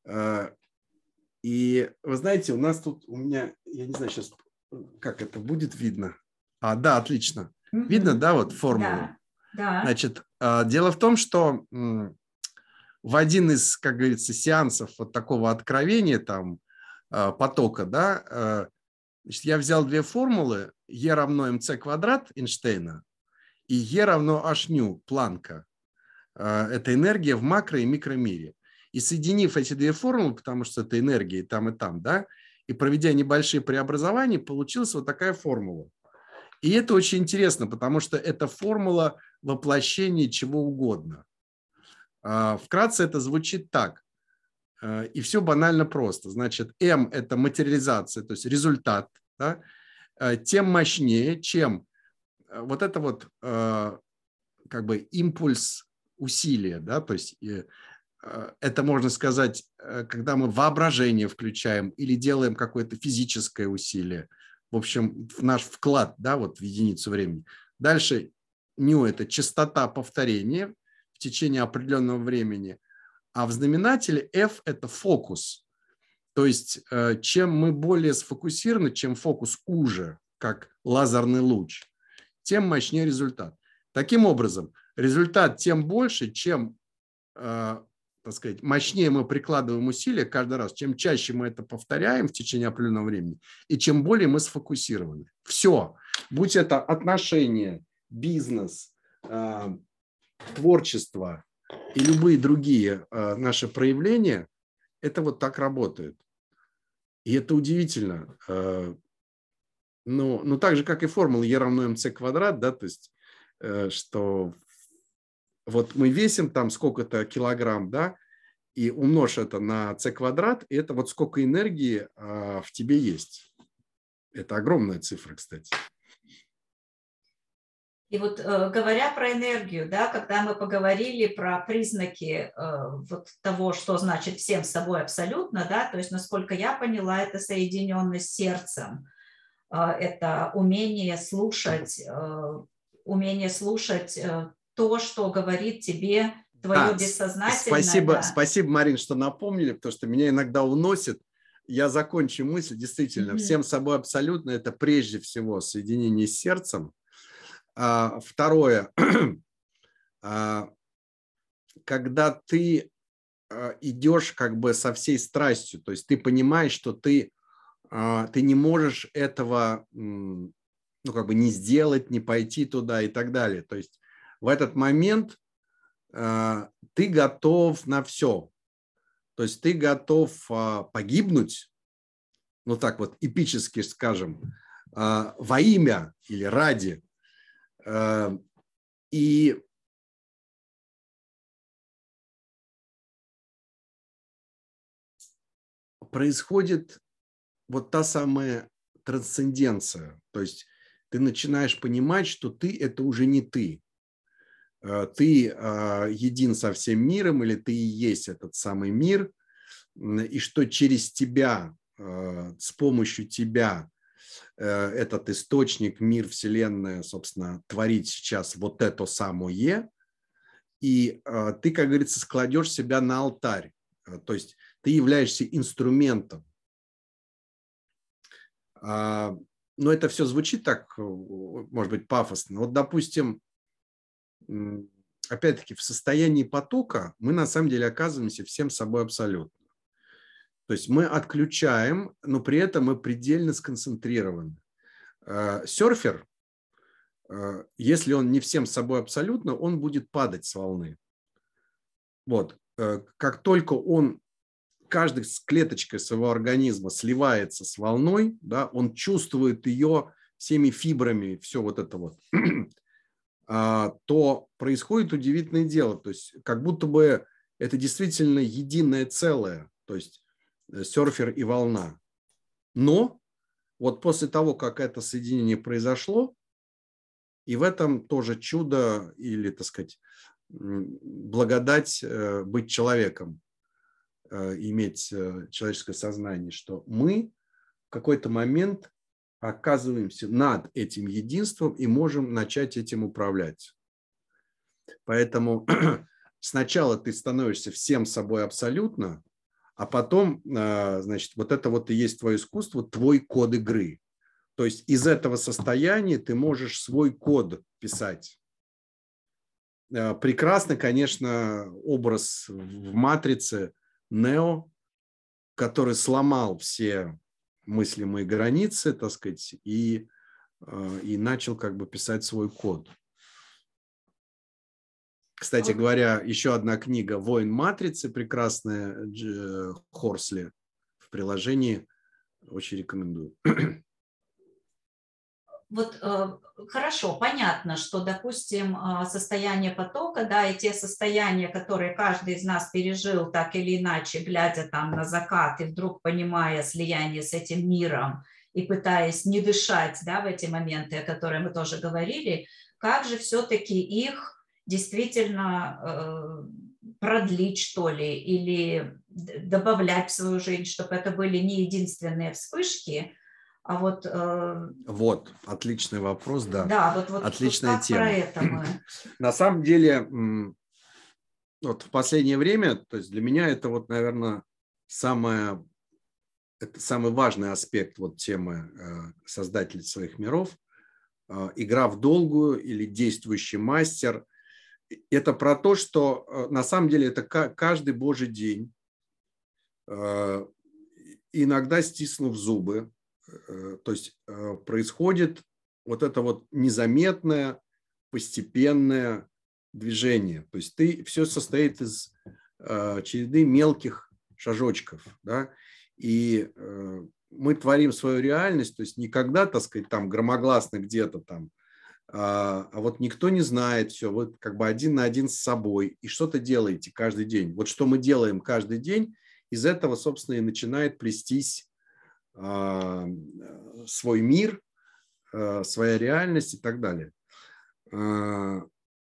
И вы знаете, у нас тут, у меня, я не знаю сейчас, как это будет видно. А, да, отлично. Угу. Видно, да, вот формулу? Да, да. Значит, дело в том, что в один из, как говорится, сеансов вот такого откровения, там, потока, да, значит, я взял две формулы, E равно mc квадрат Эйнштейна и E равно h-ню Планка. Это энергия в макро- и микромире. И соединив эти две формулы, потому что это энергия и там, и там, да, и проведя небольшие преобразования, получилась вот такая формула. И это очень интересно, потому что это формула воплощения чего угодно. Вкратце это звучит так. И все банально просто. Значит, М – это материализация, то есть результат, да? Тем мощнее, чем вот это вот как бы импульс усилия, да, то есть это можно сказать, когда мы воображение включаем или делаем какое-то физическое усилие, в общем, в наш вклад, да, вот в единицу времени. Дальше ню – это частота повторения в течение определенного времени, а в знаменателе F – это фокус. То есть чем мы более сфокусированы, чем фокус уже, как лазерный луч, тем мощнее результат. Таким образом, результат тем больше, чем, так сказать, мощнее мы прикладываем усилия каждый раз, чем чаще мы это повторяем в течение определенного времени, и чем более мы сфокусированы. Все. Будь это отношения, бизнес, творчество и любые другие наши проявления, это вот так работает. И это удивительно. Ну, ну, так же, как и формула Е равно МЦ квадрат, да, то есть, что вот мы весим там сколько-то килограмм, да, и умножь это на С квадрат, и это вот сколько энергии а, в тебе есть. Это огромная цифра, кстати. И вот э, говоря про энергию, да, когда мы поговорили про признаки э, вот того, что значит всем собой абсолютно, да, то есть, насколько я поняла, это соединенность с сердцем, э, это умение слушать, э, умение слушать э, то, что говорит тебе твое Да, бессознательное. Спасибо, да. спасибо, Марин, что напомнили, потому что меня иногда уносит. Я закончу мысль. Действительно, mm-hmm. всем собой абсолютно это прежде всего соединение с сердцем. А, второе, а, когда ты а, идешь как бы со всей страстью, то есть ты понимаешь, что ты, а, ты не можешь этого ну, как бы не сделать, не пойти туда и так далее. То есть в этот момент а, ты готов на все. То есть ты готов а, погибнуть, ну так вот эпически скажем, а, во имя или ради. А, и происходит вот та самая трансценденция. То есть ты начинаешь понимать, что ты – это уже не ты. Ты един со всем миром, или ты и есть этот самый мир, и что через тебя, с помощью тебя, этот источник, мир, Вселенная, собственно, творит сейчас вот это самое, и ты, как говорится, складешь себя на алтарь. То есть ты являешься инструментом. Но это все звучит так, может быть, пафосно. Вот, допустим, опять-таки, в состоянии потока мы на самом деле оказываемся всем собой абсолютно. То есть мы отключаем, но при этом мы предельно сконцентрированы. Серфер, если он не всем собой абсолютно, он будет падать с волны. Вот. Как только он, каждой клеточкой своего организма сливается с волной, да, он чувствует ее всеми фибрами, все вот это вот, то происходит удивительное дело. То есть как будто бы это действительно единое целое, то есть серфер и волна. Но вот после того, как это соединение произошло, и в этом тоже чудо или, так сказать, благодать быть человеком, иметь человеческое сознание, что мы в какой-то момент оказываемся над этим единством и можем начать этим управлять. Поэтому сначала ты становишься всем собой абсолютно, а потом, значит, вот это вот и есть твое искусство, твой код игры. То есть из этого состояния ты можешь свой код писать. Прекрасно, конечно, образ в «Матрице» Нео, который сломал все мыслимые границы, так сказать, и, и начал как бы писать свой код. Кстати говоря, еще одна книга «Воин Матрицы», прекрасная, Хорсли, в приложении, очень рекомендую. вот э, хорошо, понятно, что, допустим, э, состояние потока, да, и те состояния, которые каждый из нас пережил так или иначе, глядя там на закат и вдруг понимая слияние с этим миром и пытаясь не дышать, да, в эти моменты, о которых мы тоже говорили, как же все-таки их действительно э, продлить, что ли, или добавлять в свою жизнь, чтобы это были не единственные вспышки, а вот, э, Вот, отличный вопрос, да. да, вот, вот, вот Отличная как про тема. это мы? На самом деле, вот в последнее время, то есть для меня это вот, наверное, самое, это самый важный аспект вот темы э, создатель своих миров. Э, игра в долгую или действующий мастер. Это про то, что э, на самом деле это каждый божий день, э, иногда стиснув зубы, э, то есть э, происходит вот это вот незаметное, постепенное движение. То есть ты, все состоит из э, череды мелких шажочков, да, и э, мы творим свою реальность, то есть никогда, так сказать, там громогласно где-то там, а, а вот никто не знает все, вот как бы один на один с собой, и что-то делаете каждый день. Вот что мы делаем каждый день, из этого, собственно, и начинает плестись а, свой мир, а, своя реальность и так далее. А,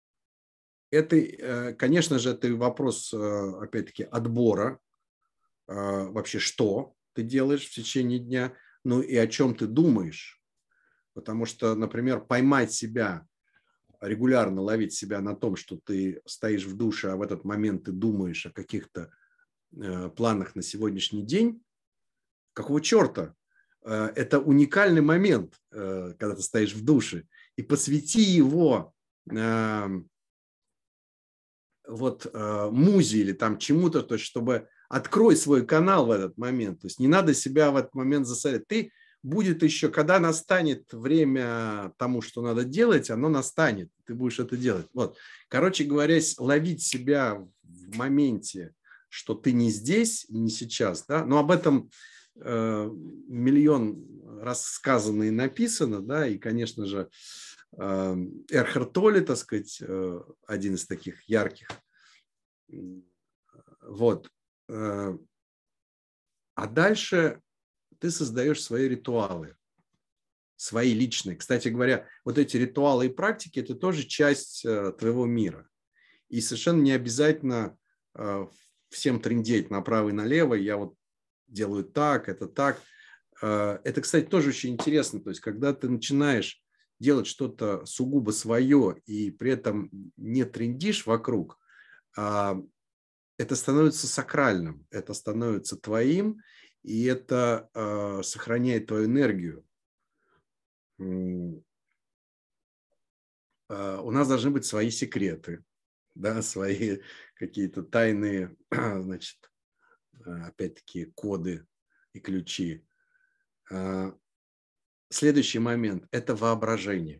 это, конечно же, это вопрос, опять-таки, отбора, вообще, что ты делаешь в течение дня, ну и о чем ты думаешь. Потому что, например, поймать себя, регулярно ловить себя на том, что ты стоишь в душе, а в этот момент ты думаешь о каких-то планах на сегодняшний день, какого черта? Это уникальный момент, когда ты стоишь в душе, и посвяти его вот э, музе или там чему-то, то есть чтобы открой свой канал в этот момент, то есть не надо себя в этот момент засорять. Ты будет еще, когда настанет время тому, что надо делать, оно настанет, ты будешь это делать. Вот, короче говоря, ловить себя в моменте, что ты не здесь, не сейчас, да, но об этом э, миллион раз сказано и написано, да, и, конечно же, Эрхард Толле, так сказать, один из таких ярких. Вот. А дальше ты создаешь свои ритуалы, свои личные. Кстати говоря, вот эти ритуалы и практики – это тоже часть твоего мира. И совершенно не обязательно всем трындеть направо и налево. Я вот делаю так, это так. Это, кстати, тоже очень интересно. То есть, когда ты начинаешь делать что-то сугубо свое и при этом не трындишь вокруг, это становится сакральным, это становится твоим, и это сохраняет твою энергию. У нас должны быть свои секреты, да, свои какие-то тайные, значит, опять-таки, коды и ключи. Следующий момент – это воображение.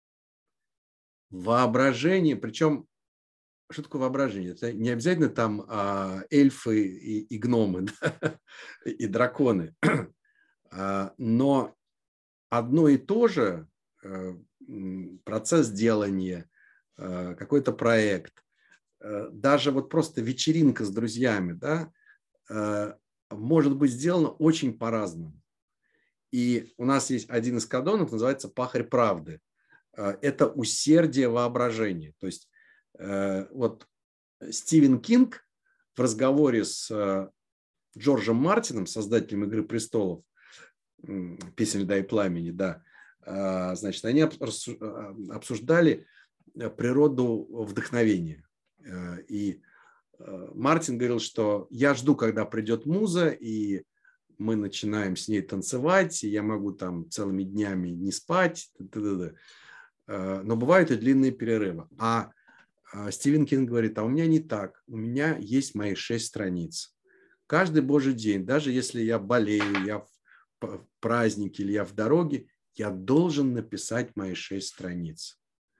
Воображение, причем, что такое воображение? Это не обязательно там а, эльфы и, и гномы, да? И драконы. А, но одно и то же, процесс делания, какой-то проект, даже вот просто вечеринка с друзьями, да, может быть сделано очень по-разному. И у нас есть один из кадонов, называется «Пахарь правды». Это усердие воображения. То есть вот Стивен Кинг в разговоре с Джорджем Мартином, создателем «Игры престолов», «Песнь льда и пламени», да, значит, они обсуждали природу вдохновения. И Мартин говорил, что я жду, когда придет муза, и мы начинаем с ней танцевать, и я могу там целыми днями не спать, но бывают и длинные перерывы. А Стивен Кинг говорит, а у меня не так, у меня есть мои шесть страниц. Каждый божий день, даже если я болею, я в празднике или я в дороге, я должен написать мои шесть страниц.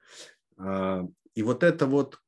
И вот это вот,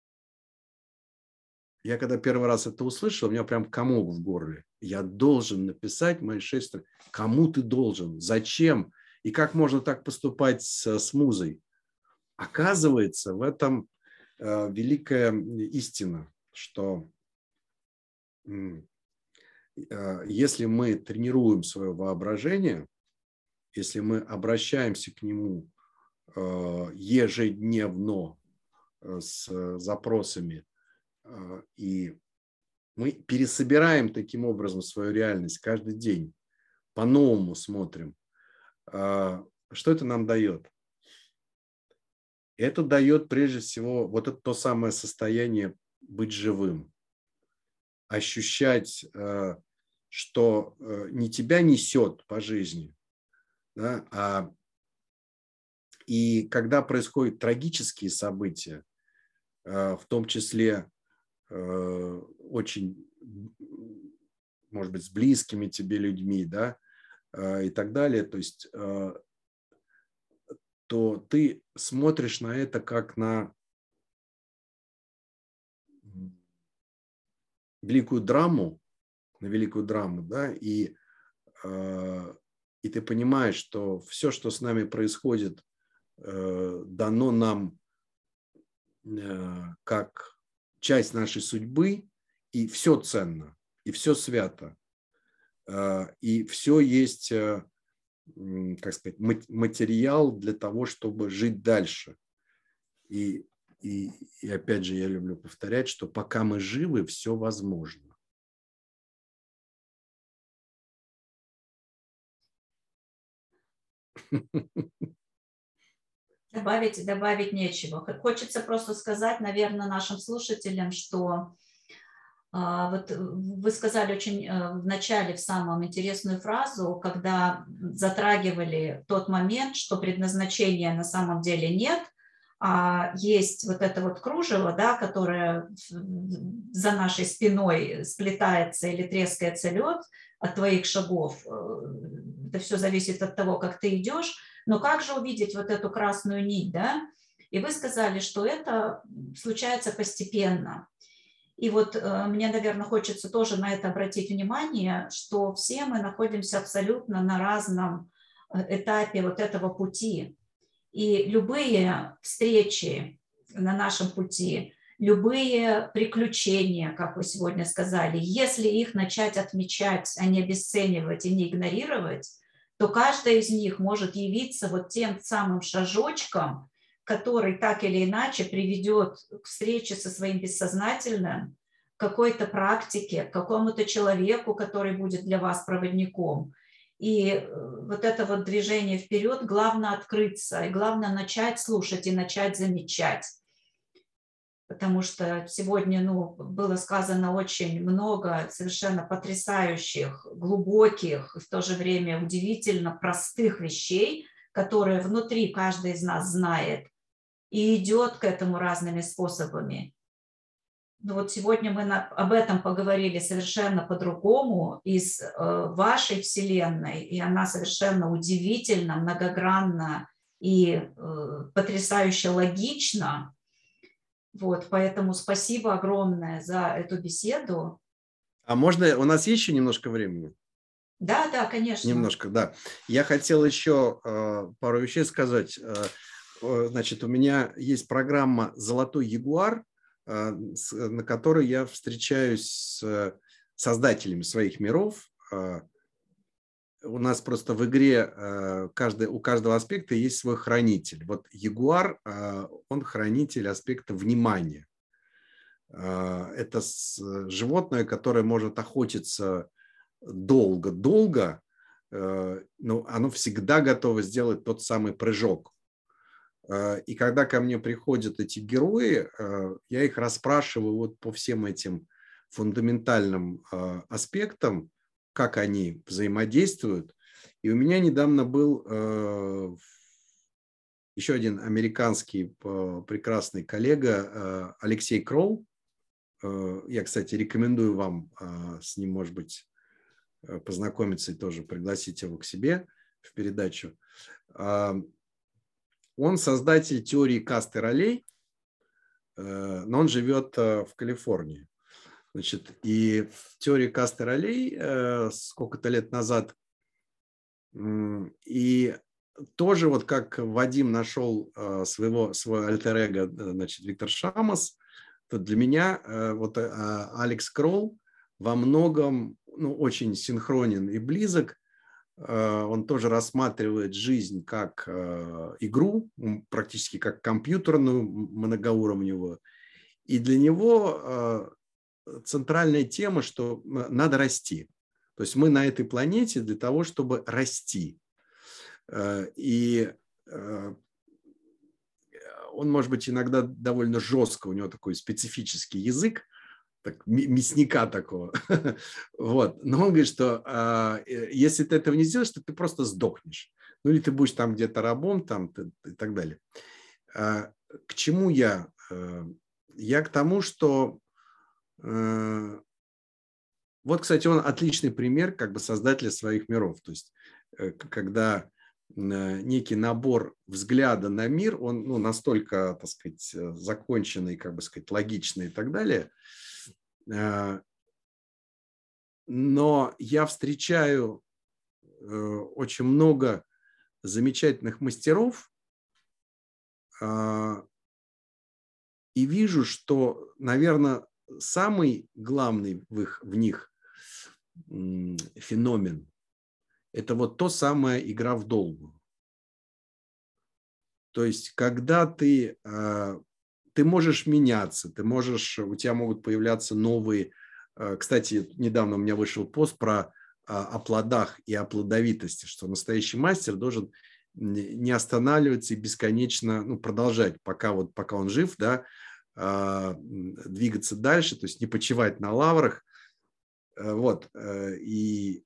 я когда первый раз это услышал, у меня прям комок в горле. Я должен написать мои шесть страниц. Кому ты должен? Зачем? И как можно так поступать с, с музой? Оказывается, в этом э, великая истина, что э, если мы тренируем свое воображение, если мы обращаемся к нему э, ежедневно э, с запросами, э, и мы пересобираем таким образом свою реальность каждый день, по-новому смотрим, э, что это нам дает? Это дает прежде всего вот это то самое состояние быть живым, ощущать, э, что э, не тебя несет по жизни, да, а и когда происходят трагические события, э, в том числе э, очень, может быть, с близкими тебе людьми, да, э, и так далее, то есть, э, то ты смотришь на это как на великую драму, на великую драму, да, и, э, и ты понимаешь, что все, что с нами происходит, э, дано нам э, как часть нашей судьбы, и все ценно, и все свято, э, и все есть, э, м, как сказать, мат- материал для того, чтобы жить дальше. И, и, и опять же, я люблю повторять, что пока мы живы, все возможно. Добавить, добавить нечего. Хочется просто сказать, наверное, нашим слушателям, что а, вот вы сказали очень э, в начале, в самом интересную фразу, когда затрагивали тот момент, что предназначения на самом деле нет, а есть вот это вот кружево, да, которое за нашей спиной сплетается или трескается лед от твоих шагов. Это все зависит от того, как ты идешь. Но как же увидеть вот эту красную нить, да? И вы сказали, что это случается постепенно. И вот э, мне, наверное, хочется тоже на это обратить внимание, что все мы находимся абсолютно на разном этапе вот этого пути. И любые встречи на нашем пути, любые приключения, как вы сегодня сказали, если их начать отмечать, а не обесценивать и не игнорировать, то каждая из них может явиться вот тем самым шажочком, который так или иначе приведет к встрече со своим бессознательным, к какой-то практике, к какому-то человеку, который будет для вас проводником. И вот это вот движение вперед, главное открыться, и главное начать слушать и начать замечать. Потому что сегодня, ну, было сказано очень много совершенно потрясающих, глубоких, и в то же время удивительно простых вещей, которые внутри каждый из нас знает и идет к этому разными способами. Но вот сегодня мы на, об этом поговорили совершенно по-другому из э, вашей вселенной, и она совершенно удивительно, многогранна и э, потрясающе логична. Вот, поэтому спасибо огромное за эту беседу. А можно, у нас есть еще немножко времени? Да, да, конечно. Немножко, да. Я хотел еще э, пару вещей сказать. Э, значит, у меня есть программа «Золотой ягуар», э, с, на которой я встречаюсь с создателями своих миров. Э, у нас просто в игре э, каждый, у каждого аспекта есть свой хранитель. Вот ягуар, э, он хранитель аспекта внимания. Э, это с, животное, которое может охотиться долго-долго, но оно всегда готово сделать тот самый прыжок. И когда ко мне приходят эти герои, я их расспрашиваю вот по всем этим фундаментальным аспектам, как они взаимодействуют. И у меня недавно был еще один американский прекрасный коллега Алексей Кроу. Я, кстати, рекомендую вам с ним, может быть, познакомиться и тоже пригласить его к себе в передачу. Он создатель теории касты ролей, но он живет в Калифорнии. Значит, и в теории касты ролей сколько-то лет назад, и тоже вот как Вадим нашел э, своего, свой альтер-эго, значит, Виктор Шамос, то для меня э, вот э, Алекс Кролл во многом, ну, очень синхронен и близок. Э, он тоже рассматривает жизнь как э, игру, практически как компьютерную, многоуровневую. И для него э, центральная тема, что надо расти. То есть мы на этой планете для того, чтобы расти. И он, может быть, иногда довольно жестко, у него такой специфический язык, так, мясника такого. Вот. Но он говорит, что если ты этого не сделаешь, то ты просто сдохнешь. Ну или ты будешь там где-то рабом там, и так далее. К чему я? Я к тому, что вот, кстати, он отличный пример как бы создателя своих миров. То есть когда некий набор взгляда на мир, он, ну, настолько, так сказать, законченный, как бы сказать, логичный и так далее. Но я встречаю очень много замечательных мастеров и вижу, что, наверное, самый главный в, их, в них феномен – это вот то самая игра в долгую. То есть, когда ты, ты можешь меняться, ты можешь, у тебя могут появляться новые. Кстати, недавно у меня вышел пост про о плодах и о плодовитости, что настоящий мастер должен не останавливаться и бесконечно, ну, продолжать, пока, вот, пока он жив, да, двигаться дальше, то есть не почивать на лаврах. Вот. И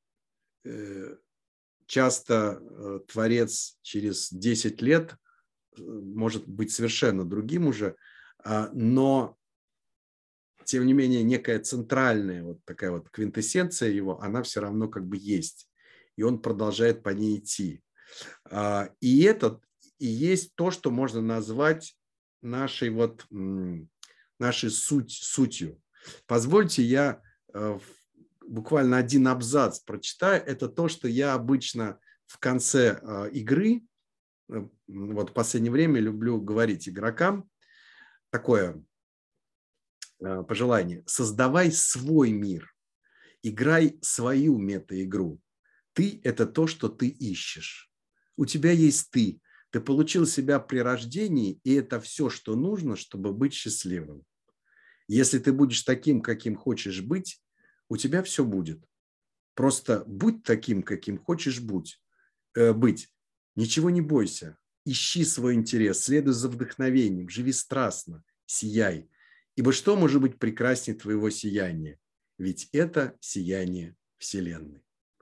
часто творец через десять лет может быть совершенно другим уже, но, тем не менее, некая центральная вот такая вот квинтэссенция его, она все равно как бы есть, и он продолжает по ней идти. И это и есть то, что можно назвать нашей вот, нашей суть, сутью. Позвольте, я буквально один абзац прочитаю. Это то, что я обычно в конце игры, вот в последнее время люблю говорить игрокам, такое пожелание: создавай свой мир, играй свою мета-игру. Ты – это то, что ты ищешь. У тебя есть ты. Ты получил себя при рождении, и это все, что нужно, чтобы быть счастливым. Если ты будешь таким, каким хочешь быть, у тебя все будет. Просто будь таким, каким хочешь будь, э, быть. Ничего не бойся. Ищи свой интерес, следуй за вдохновением, живи страстно, сияй. Ибо что может быть прекраснее твоего сияния? Ведь это сияние Вселенной.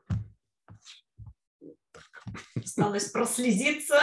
Осталось прослезиться.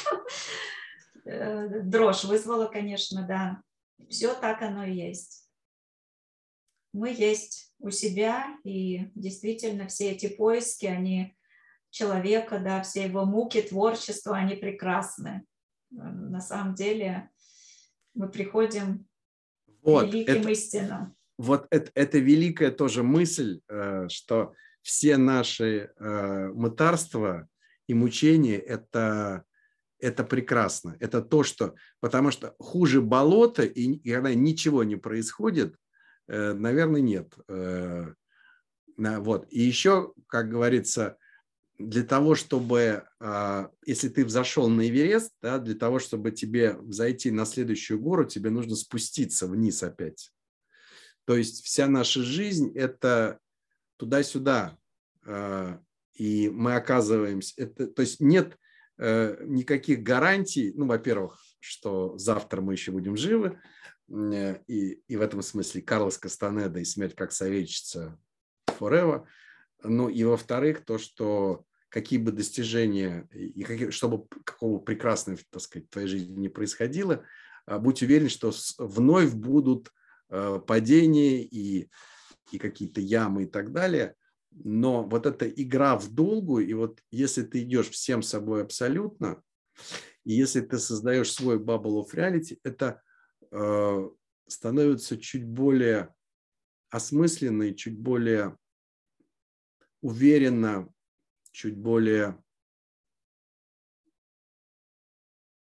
Дрожь вызвала, конечно, да. Все так оно и есть. Мы есть у себя, и действительно все эти поиски, они человека, да, все его муки, творчество, они прекрасны. На самом деле мы приходим вот, к великим это, истинам. Вот это, это великая тоже мысль, что все наши мытарства и мучения – это, это прекрасно. Это то, что… Потому что хуже болота, и когда ничего не происходит, наверное, нет. Вот. И еще, как говорится, для того, чтобы, если ты взошел на Эверест, да, для того, чтобы тебе взойти на следующую гору, тебе нужно спуститься вниз опять. То есть вся наша жизнь – это туда-сюда. И мы оказываемся… Это, то есть нет никаких гарантий, ну, во-первых, что завтра мы еще будем живы, и, и в этом смысле Карлос Кастанеда и «Смерть как советчица» forever. Ну и во-вторых, то, что какие бы достижения, и какие, чтобы какого прекрасного, так сказать, в твоей жизни не происходило, будь уверен, что вновь будут падения и, и какие-то ямы и так далее. Но вот эта игра в долгую, и вот если ты идешь всем собой абсолютно, и если ты создаешь свой bubble of reality, это э, становится чуть более осмысленно и чуть более уверенно, чуть более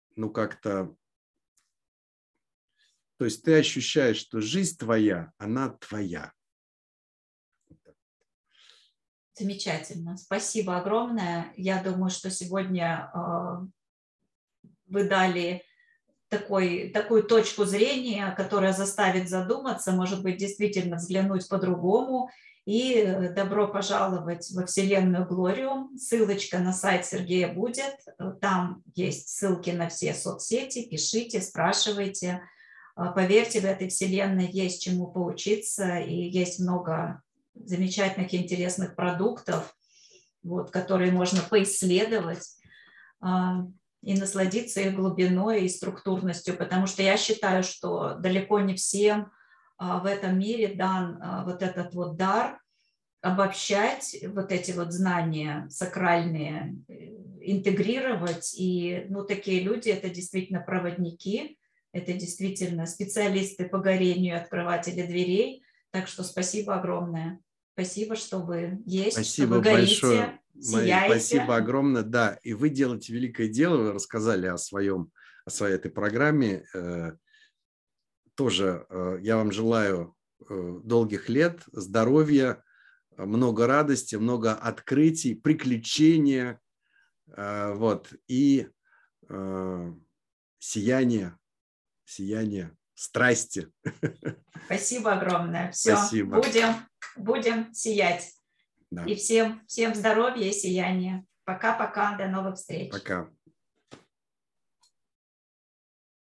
ну, как-то... То есть ты ощущаешь, что жизнь твоя, она твоя. Замечательно. Спасибо огромное. Я думаю, что сегодня э, вы дали такой, такую точку зрения, которая заставит задуматься, может быть, действительно взглянуть по-другому. И добро пожаловать во Вселенную Глориум. Ссылочка на сайт Сергея будет. Там есть ссылки на все соцсети. Пишите, спрашивайте. Поверьте, в этой Вселенной есть чему поучиться, и есть много замечательных и интересных продуктов, вот, которые можно поисследовать и насладиться их глубиной и структурностью, потому что я считаю, что далеко не всем в этом мире дан вот этот вот дар обобщать вот эти вот знания сакральные, интегрировать. И ну, такие люди – это действительно проводники, это действительно специалисты по горению, открыватели дверей. Так что спасибо огромное. Спасибо, что вы есть, Спасибо что вы горите, большое. сияете. Спасибо огромное. Да, и вы делаете великое дело. Вы рассказали о своем, о своей этой программе. Тоже я вам желаю долгих лет, здоровья, много радости, много открытий, приключения, вот, и сияния, сияния, страсти. Спасибо огромное. Все, Спасибо. будем, будем сиять. Да. И всем, всем здоровья и сияния. Пока-пока, до новых встреч. Пока.